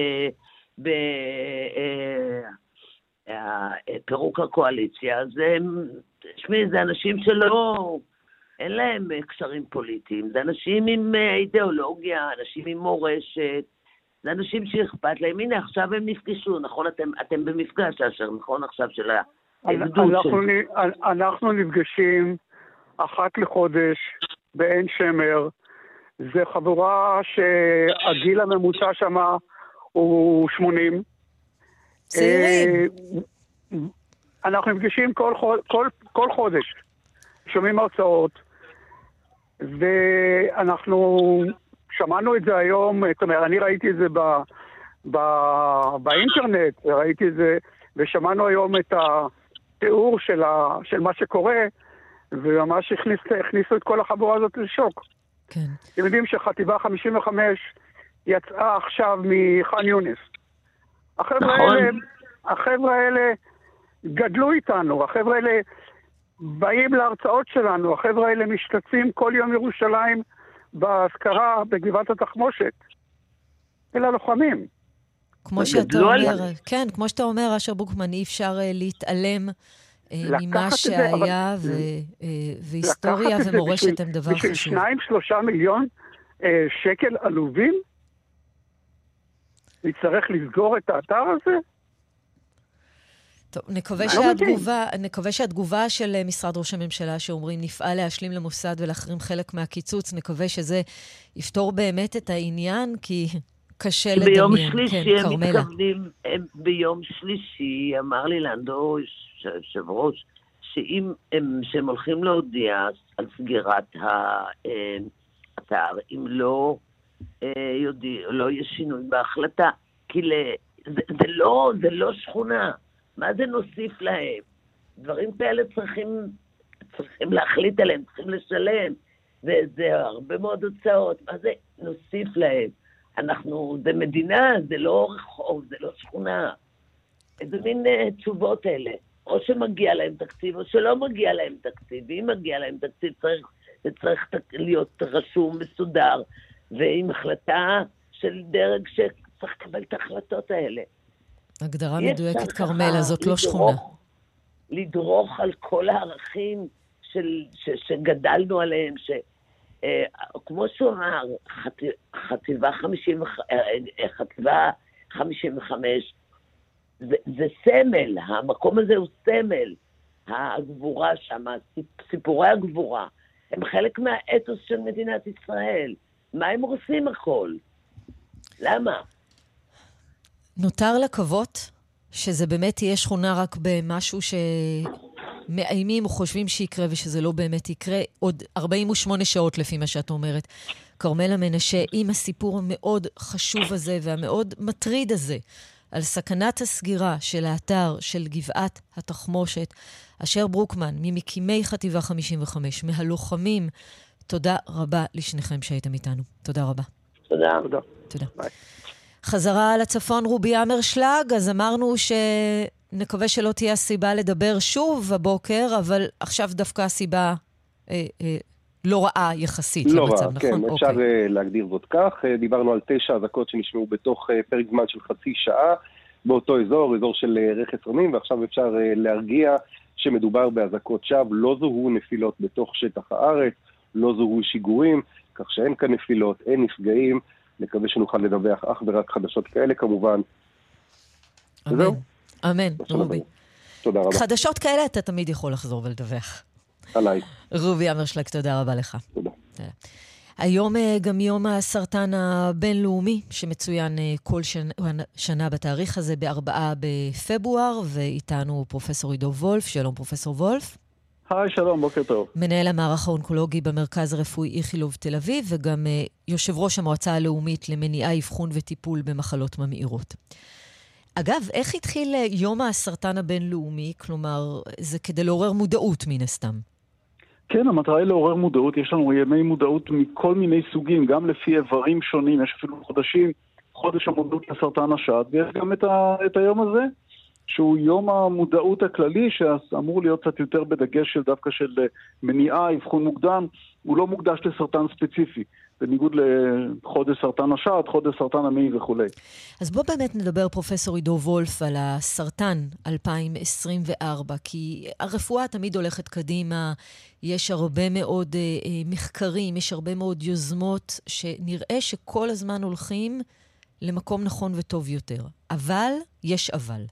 פירוק הקואליציה, אז זה אנשים שלא, אין להם קשרים פוליטיים, זה אנשים עם אידיאולוגיה, אנשים עם מורשת, זה אנשים שאכפת להם. הנה, עכשיו הם נפגשו, נכון? אתם במפגש, אשר, נכון? עכשיו של העדות של... אנחנו נפגשים אחת לחודש בעין שמר. זה חבורה שהגיל הממוצע שם הוא 80. צעירים. אנחנו נפגשים כל חודש. שומעים הרצאות. ואנחנו... שמענו את זה היום, זאת אומרת, אני ראיתי את זה באינטרנט, ראיתי את זה, ושמענו היום את התיאור של מה שקורה, וממש הכניסו את כל החבורה הזאת לשוק. כן. אתם יודעים שחטיבה 55 יצאה עכשיו מח'אן יונס. החבר'ה האלה גדלו איתנו, החבר'ה האלה באים להרצאות שלנו, החבר'ה האלה משתתפים כל יום ירושלים, בהזכרה בגבעת התחמושת. אלה לוחמים. כמו שאתה אומר, כן, כמו שאתה אומר, אשר בוקמן, אי אפשר להתעלם ממה שהיה, והיסטוריה ומורשת הם דבר חשוב. בשביל 2-3 מיליון שקל עלובים, נצטרך לסגור את האתר הזה? טוב, נקווה שהתגובה של משרד ראש הממשלה שאומרים נפעל להשלים למוסד ולהחרים חלק מהקיצוץ, נקווה שזה יפתור באמת את העניין, כי קשה לדמיין. ביום שלישי הם מתכוונים, ביום שלישי אמר לי לנדאו, יושב ראש, שהם הולכים להודיע על סגירת האתר, אם לא יהיה שינוי בהחלטה, כי זה לא שכונה. מה זה נוסיף להם? דברים כאלה צריכים להחליט עליהם, צריכים לשלם, וזה הרבה מאוד הוצאות. מה זה נוסיף להם? זה מדינה, זה לא רחוב, זה לא שכונה. איזה מין תשובות אלה. או שמגיע להם תקציב, או שלא מגיע להם תקציב. ואם מגיע להם תקציב, זה צריך להיות רשום, מסודר, ועם החלטה של דרג שצריך לקבל את ההחלטות האלה. הגדרה מדויקת, כרמלה, זאת לא שכונה. לדרוך על כל הערכים שגדלנו עליהם, כמו שהוא אמר, חטיבה 55, זה סמל, המקום הזה הוא סמל, הגבורה שם, סיפורי הגבורה, הם חלק מהאתוס של מדינת ישראל. מה הם עושים הכל? למה? נותר לקוות שזה באמת תהיה שכונה רק במשהו שמאיימים או חושבים שיקרה ושזה לא באמת יקרה. עוד 48 שעות לפי מה שאת אומרת. כרמלה מנשה, עם הסיפור המאוד חשוב הזה והמאוד מטריד הזה על סכנת הסגירה של האתר של גבעת התחמושת. אשר ברוקמן, ממקימי חטיבה 55, מהלוחמים, תודה רבה לשניכם שהייתם איתנו. תודה רבה. תודה. תודה. חזרה לצפון רובי אמרשלג, אז אמרנו שנקווה שלא תהיה הסיבה לדבר שוב הבוקר, אבל עכשיו דווקא הסיבה לא רעה יחסית לא למצב, רע, נכון? כן, אפשר להגדיר זאת כך. דיברנו על 9 אזעקות שנשמעו בתוך פרק זמן של חצי שעה, באותו אזור של רכס רמים, ועכשיו אפשר להרגיע שמדובר באזעקות שווא, לא זוהו נפילות בתוך שטח הארץ, לא זוהו שיגורים, כך שאין כאן נפילות, אין נפגעים, נקווה שנוכל לדווח אך ורק חדשות כאלה כמובן. אמן, אמן, רובי. תודה רבה. חדשות כאלה אתה תמיד יכול לחזור ולדווח. עליי. רובי אמרשלג, תודה רבה לך. תודה. היום גם יום הסרטן הבינלאומי, שמצוין כל שנה בתאריך הזה ב4 בפברואר, ואיתנו פרופסור עידו וולף. שלום פרופסור וולף. היי, שלום, בוקר טוב. מנהל המערך האונקולוגי במרכז הרפואי איכילוב תל אביב, וגם יושב ראש המועצה הלאומית למניעה, אבחון וטיפול במחלות ממאירות. אגב, איך התחיל יום הסרטן הבינלאומי? כלומר, זה כדי לעורר מודעות מן הסתם. כן, המטרה היא לעורר מודעות. יש לנו ימי מודעות מכל מיני סוגים, גם לפי איברים שונים. יש אפילו חודש המודעות לסרטן השד, ויש גם את היום הזה, שהוא יום המודעות הכללי, שאמור להיות קצת יותר בדגש של דווקא של מניעה, אבחון מוקדם. הוא לא מוקדש לסרטן ספציפי, בניגוד לחודש סרטן השד, חודש סרטן המעי וכו'. אז בוא באמת נדבר, פרופסור עידו וולף, על הסרטן 2024, כי הרפואה תמיד הולכת קדימה, יש הרבה מאוד מחקרים, יש הרבה מאוד יוזמות, שנראה שכל הזמן הולכים למקום נכון וטוב יותר. אבל, יש אבל.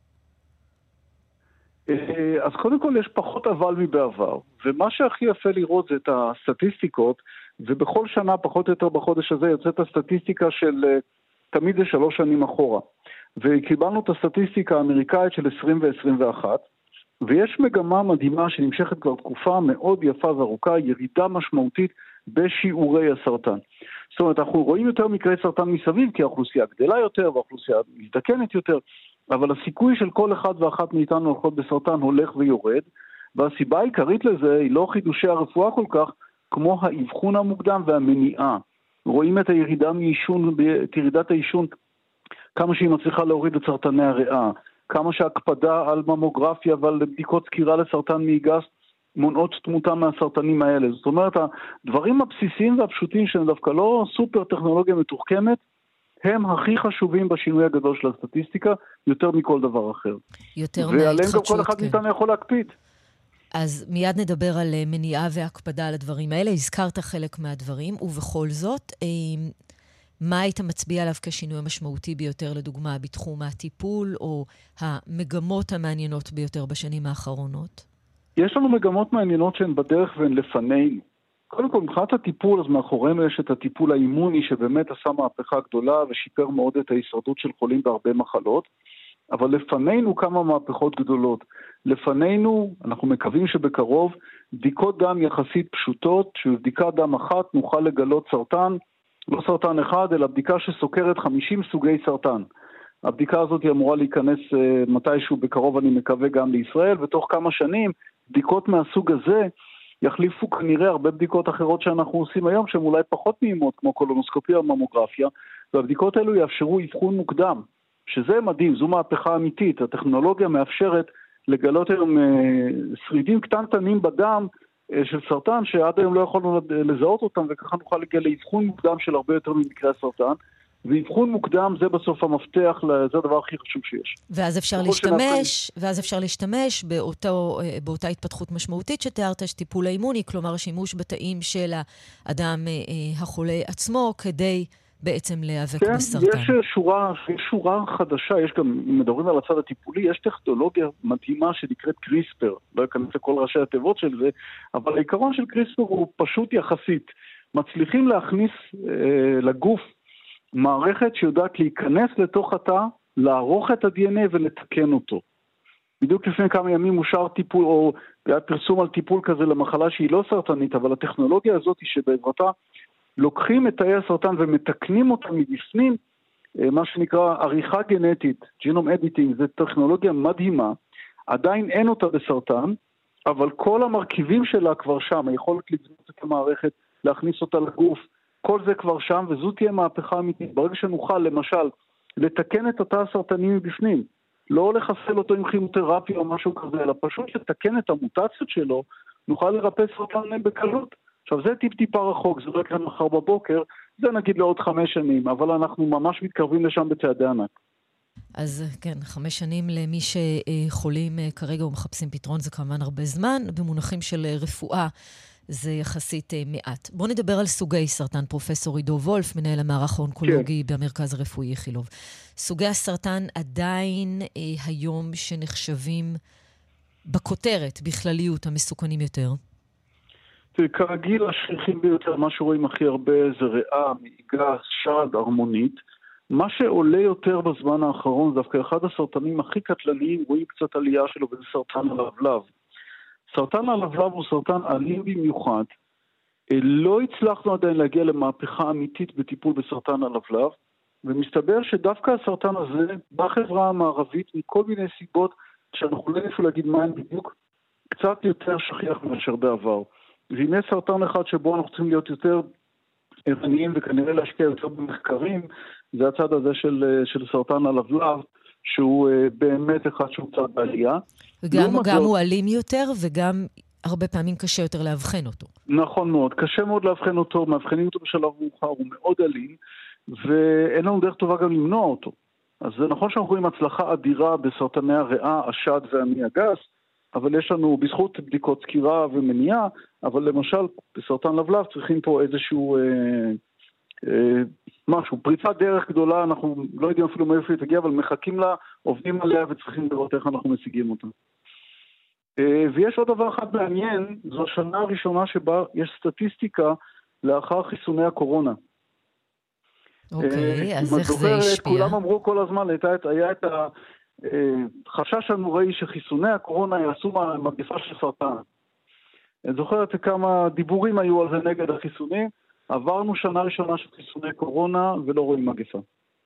אז קודם כל יש פחות אבל מבעבר, ומה שהכי יפה לראות זה את הסטטיסטיקות, ובכל שנה פחות או יותר בחודש הזה יוצאת הסטטיסטיקה של תמיד זה 3 שנים אחורה, וקיבלנו את הסטטיסטיקה האמריקאית של 20 ו-21, ויש מגמה מדהימה שנמשכת כבר תקופה מאוד יפה וארוכה, ירידה משמעותית בשיעורי הסרטן. זאת אומרת, אנחנו רואים יותר מקרי סרטן מסביב, כי האוכלוסייה גדלה יותר והאוכלוסייה מזדקנת יותר, אבל הסיכוי של כל אחד ואחת מאיתנו לחלות בסרטן הולך ויורד, והסיבה העיקרית לזה היא לא חידושי הרפואה כל כך, כמו האבחון המוקדם והמניעה. רואים את הירידה מעישון, את ירידת העישון, כמה שהיא מצליחה להוריד את סרטני הריאה, כמה שהקפדה על ממוגרפיה ועל בדיקות סקירה לסרטן מעי גס מונעות תמותה מהסרטנים האלה. זאת אומרת, הדברים הבסיסיים והפשוטים שהם דווקא לא סופר טכנולוגיה מתוחכמת, הם הכי חשובים בשינוי הגדול של הסטטיסטיקה, יותר מכל דבר אחר. יותר מההתחדשות, ועליהם גם כל אחד מאיתנו יכול להקפיד. אז מיד נדבר על מניעה והקפדה על הדברים האלה. הזכרת חלק מהדברים, ובכל זאת, מה היית מצביע עליו כשינוי המשמעותי ביותר, לדוגמה, בתחום הטיפול, או המגמות המעניינות ביותר בשנים האחרונות? יש לנו מגמות מעניינות שהן בדרך והן לפנינו. קודם כל, מבחינת הטיפול, אז מאחורינו יש את הטיפול האימוני, שבאמת עשה מהפכה גדולה ושיפר מאוד את ההישרדות של חולים בהרבה מחלות, אבל לפנינו כמה מהפכות גדולות. לפנינו, אנחנו מקווים שבקרוב, בדיקות דם יחסית פשוטות, שבבדיקת דם אחת נוכל לגלות סרטן, לא סרטן אחד, אלא בדיקה שסוקרת 50 סוגי סרטן. הבדיקה הזאת היא אמורה להיכנס מתישהו בקרוב, אני מקווה, גם לישראל, ותוך כמה שנים, בדיקות מהסוג הזה יחליפו כנראה הרבה בדיקות אחרות שאנחנו עושים היום, שהן אולי פחות נעימות, כמו קולונוסקופיה או ממוגרפיה, והבדיקות האלו יאפשרו אבחון מוקדם, שזה מדהים, זו מהפכה אמיתית. הטכנולוגיה מאפשרת לגלות היום שרידים קטנטנים בדם של סרטן, שעד היום לא יכולנו לזהות אותם, וככה נוכל להגיע לאבחון מוקדם של הרבה יותר ממקרי הסרטן, ואבחון מוקדם זה בסוף המפתח, זה הדבר הכי חשוב שיש. ואז אפשר להשתמש באותה התפתחות משמעותית שתיארת, שטיפול האימוני, כלומר השימוש בתאים של האדם החולה עצמו, כדי בעצם להיאבק בסרטן. כן, יש שורה חדשה, יש גם, אם מדברים על הצד הטיפולי, יש טכנולוגיה מדהימה שנקראת קריספר, לא אכנס לכל ראשי התיבות של זה, אבל העיקרון של קריספר הוא פשוט יחסית. מצליחים להכניס לגוף מערכת שיודעת להיכנס לתוך התא, לערוך את ה-DNA ולתקן אותו. בדיוק לפני כמה ימים אושר טיפול, או היה פרסום על טיפול כזה למחלה שהיא לא סרטנית, אבל הטכנולוגיה הזאת היא שבעברתה לוקחים את תאי הסרטן ומתקנים אותם מבפנים, מה שנקרא עריכה גנטית, ג'ינום אדיטינג, זה טכנולוגיה מדהימה, עדיין אין אותה בסרטן, אבל כל המרכיבים שלה כבר שם, היכולת לבנות את המערכת, להכניס אותה לגוף, כל זה כבר שם, וזו תהיה מהפכה אמיתית. ברגע שנוכל, למשל, לתקן את התא הסרטני מבפנים, לא לחסל אותו עם כימותרפיה או משהו כזה, אלא פשוט לתקן את המוטציות שלו, נוכל לרפא סרטן בקלות. עכשיו, זה טיפה רחוק, זה לא יקרה מחר בבוקר, זה נגיד לעוד 5 שנים, אבל אנחנו ממש מתקרבים לשם בצעדי ענק. אז כן, 5 שנים למי שחולים כרגע ומחפשים פתרון, זה כמובן הרבה זמן, במונחים של רפואה זה יחסית מעט. בואו נדבר על סוגי סרטן. פרופסור עידו וולף, מנהל המערך האונקולוגי במרכז הרפואי איכילוב. סוגי הסרטן עדיין היום שנחשבים בכותרת, בכלליות, המסוכנים יותר? כרגיל השכיחים ביותר, מה שרואים הכי הרבה זה ריאה, מעיגה, שד, הרמונית. מה שעולה יותר בזמן האחרון, דווקא אחד הסרטנים הכי קטלניים, רואים קצת עלייה שלו, וזה סרטן הלבלב. סרטן הלבלב הוא סרטן אלים במיוחד. לא הצלחנו עדיין להגיע למהפכה אמיתית בטיפול בסרטן הלבלב, ומסתבר שדווקא הסרטן הזה, בחברה המערבית, מכל מיני סיבות, שאנחנו לא יכולים להגיד מה הם בדיוק, קצת יותר שכיח מאשר בעבר. ואם יש סרטן אחד שבו אנחנו צריכים להיות יותר ערניים וכנראה להשקיע יותר במחקרים, זה הצד הזה של סרטן הלבלב, שהוא באמת אחד שהוא קצת בעלייה. וגם הוא אלים יותר וגם הרבה פעמים קשה יותר להבחן אותו. נכון מאוד, קשה מאוד להבחן אותו, מאבחנים אותו בשלב מאוחר, הוא מאוד אלים, ואין לנו דרך טובה גם למנוע אותו. אז זה נכון שאנחנו רואים הצלחה אדירה בסרטני הריאה, השד והמעי הגס, אבל יש לנו בזכות בדיקות סקירה ומניעה, אבל למשל בסרטן לבלב צריכים פה איזשהו משהו, פריצת דרך גדולה, אנחנו לא יודעים אפילו מאיפה היא תגיע, אבל מחכים לה, עובדים עליה וצריכים לראות איך אנחנו משיגים אותה. ויש עוד דבר אחד מעניין, זו השנה הראשונה שבה יש סטטיסטיקה לאחר חיסוני הקורונה. אוקיי, אז איך זה השפיע? כולם אמרו כל הזמן, היה את החשש הנוראי שחיסוני הקורונה יעשו מגפה של סרטן. אני זוכרת כמה דיבורים היו על זה נגד החיסונים, עברנו שנה ראשונה של חיסוני קורונה ולא רואים מגפה.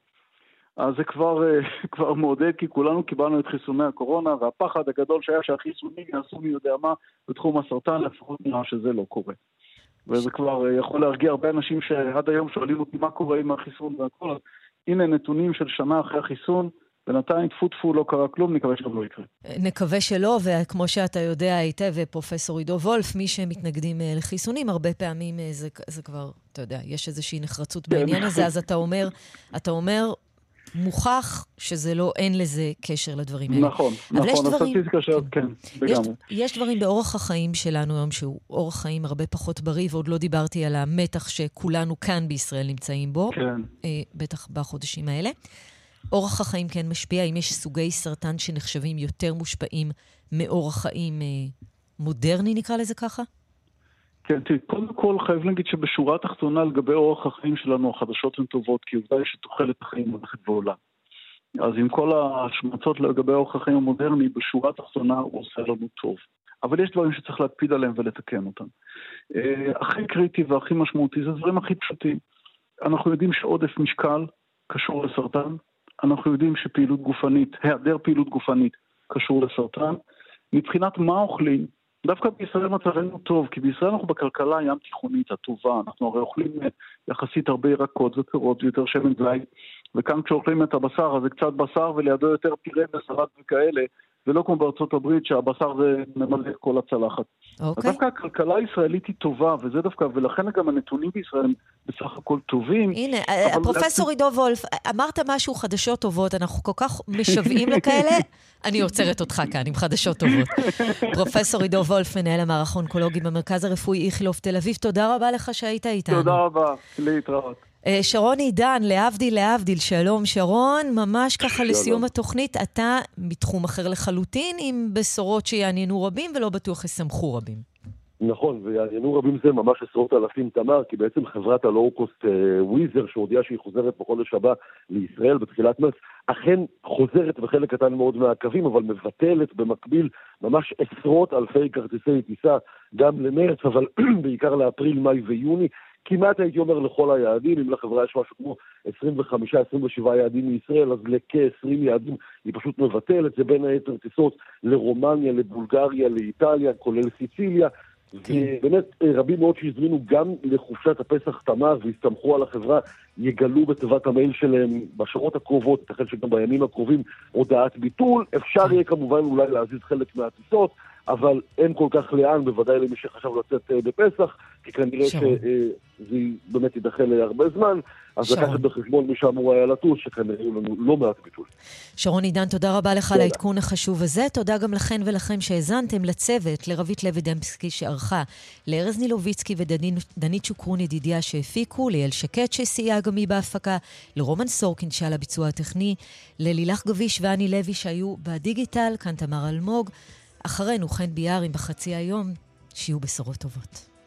אז זה כבר מעודד, כי כולנו קיבלנו את חיסוני הקורונה, והפחד הגדול שהיה שהחיסונים יעשו מי יודע מה בתחום הסרטן, לפחות נראה שזה לא קורה. וזה כבר יכול להרגיע הרבה אנשים שעד היום שואלים אותי מה קורה עם החיסון והכל. הנה נתונים של שנה אחרי החיסון, בינתיים טפו לא קרה כלום, נקווה שלא לא יקרה. נקווה שלא, וכמו שאתה יודע היטב, פרופסור עידו וולף, מי שמתנגדים לחיסונים, הרבה פעמים זה כבר, אתה יודע, יש איזושהי נחרצות בעניין הזה, אז אתה אומר, מוכח שזה לא, אין לזה קשר לדברים האלה. נכון, הסטטיסטיקה של, כן, לגמרי. יש דברים באורח החיים שלנו היום, שהוא אורח חיים הרבה פחות בריא, ועוד לא דיברתי על המתח שכולנו כאן בישראל נמצאים בו, בטח בחודשים האלה. אורח החיים כן משפיע, אם יש סוגי סרטן שנחשבים יותר מושפעים מאורח חיים מודרני, נקרא לזה ככה? כן, קודם כל חייב להגיד שבשורה התחתונה לגבי אורח החיים שלנו החדשות הן טובות, כי עובדה יש שתוחלת החיים הולכת ועולה. אז עם כל ההשמצות לגבי אורח החיים המודרני, בשורה התחתונה הוא עושה לנו טוב. אבל יש דברים שצריך להקפיד עליהם ולתקן אותם. הכי קריטי והכי משמעותי זה דברים הכי פשוטים. אנחנו יודעים שעודף משקל קשור לסרטן, אנחנו יודעים שפעילות גופנית, היעדר פעילות גופנית קשור לסרטן. מבחינת מה אוכלים, דווקא בישראל מצבנו טוב, כי בישראל אנחנו בכלכלה ים תיכונית הטובה, אנחנו הרי אוכלים יחסית הרבה ירקות ופירות ויותר שמן זית, וכאן כשאוכלים את הבשר, אז זה קצת בשר ולידו יותר פירה וסלט וכאלה, ולא כמו בארצות הברית שהבשר זה ממלא את כל הצלחת. אז דווקא הכלכלה הישראלית היא טובה, וזה דווקא, ולכן גם הנתונים בישראל הם בסך הכל טובים. הנה, הפרופסור עידו וולף, אמרת משהו חדשות טובות, אנחנו כל כך משוועים לכאלה, אני עוצרת אותך כאן עם חדשות טובות. פרופסור עידו וולף, מנהל המערך האונקולוגי במרכז הרפואי איכילוב תל אביב, תודה רבה לך שהיית איתנו. תודה רבה, להתראות. שרון עידן, להבדיל, שלום שרון, ממש ככה לסיום התוכנית, אתה מתחום אחר לחלוטין עם בשורות שיעניינו רבים ולא בטוח ישמחו רבים. נכון, ויעניינו רבים זה ממש עשרות אלפים תמר, כי בעצם חברת הלואו-קוסט וויזר, שהודיעה שהיא חוזרת בחודש הבא לישראל בתחילת מרץ, אכן חוזרת בחלק קטן מאוד מהקווים, אבל מבטלת במקביל ממש עשרות אלפי כרטיסי טיסה גם למרץ, אבל בעיקר לאפריל, מאי ויוני, כמעט הייתי אומר לכל היעדים, אם לחברה יש משהו כמו 25-27 יעדים מישראל, אז לכ-20 יעדים היא פשוט מבטלת, זה בין היתר טיסות לרומניה, לבולגריה, לאיטליה, כולל סיציליה, ובאמת רבים מאוד שהזמינו גם לחופשת הפסח תמר והסתמכו על החברה, יגלו בתיבת המייל שלהם בשעות הקרובות, ייתכן שגם בימים הקרובים הודעת ביטול, אפשר יהיה כמובן אולי להזיז חלק מהטיסות, אבל אין כל כך לאן, בוודאי למי שחשב לצאת בפסח, כי כנראה שזה באמת יידחה להרבה זמן, אז לקחת בחשבון מי שאמור היה לטוס, שכנראה יהיו לנו לא מעט ביטול. שרון עידן, תודה רבה לך על העדכון החשוב הזה, תודה גם לכן ולכם שהזנתם לצוות, לרבית לוי דמסקי שערכה, לארז נילוביצקי ודנית שוקרון ידידיה שהפיקו, ליאל שקט שסייעה גם היא בהפקה, לרומן סורקין שעל הביצוע הטכני, ללילך גביש ואני לוי שהיו בדיגיטל, כאן תמר אלמוג, אחרינו חן ביאר עם בחצי היום, שיהיו בשורות טובות.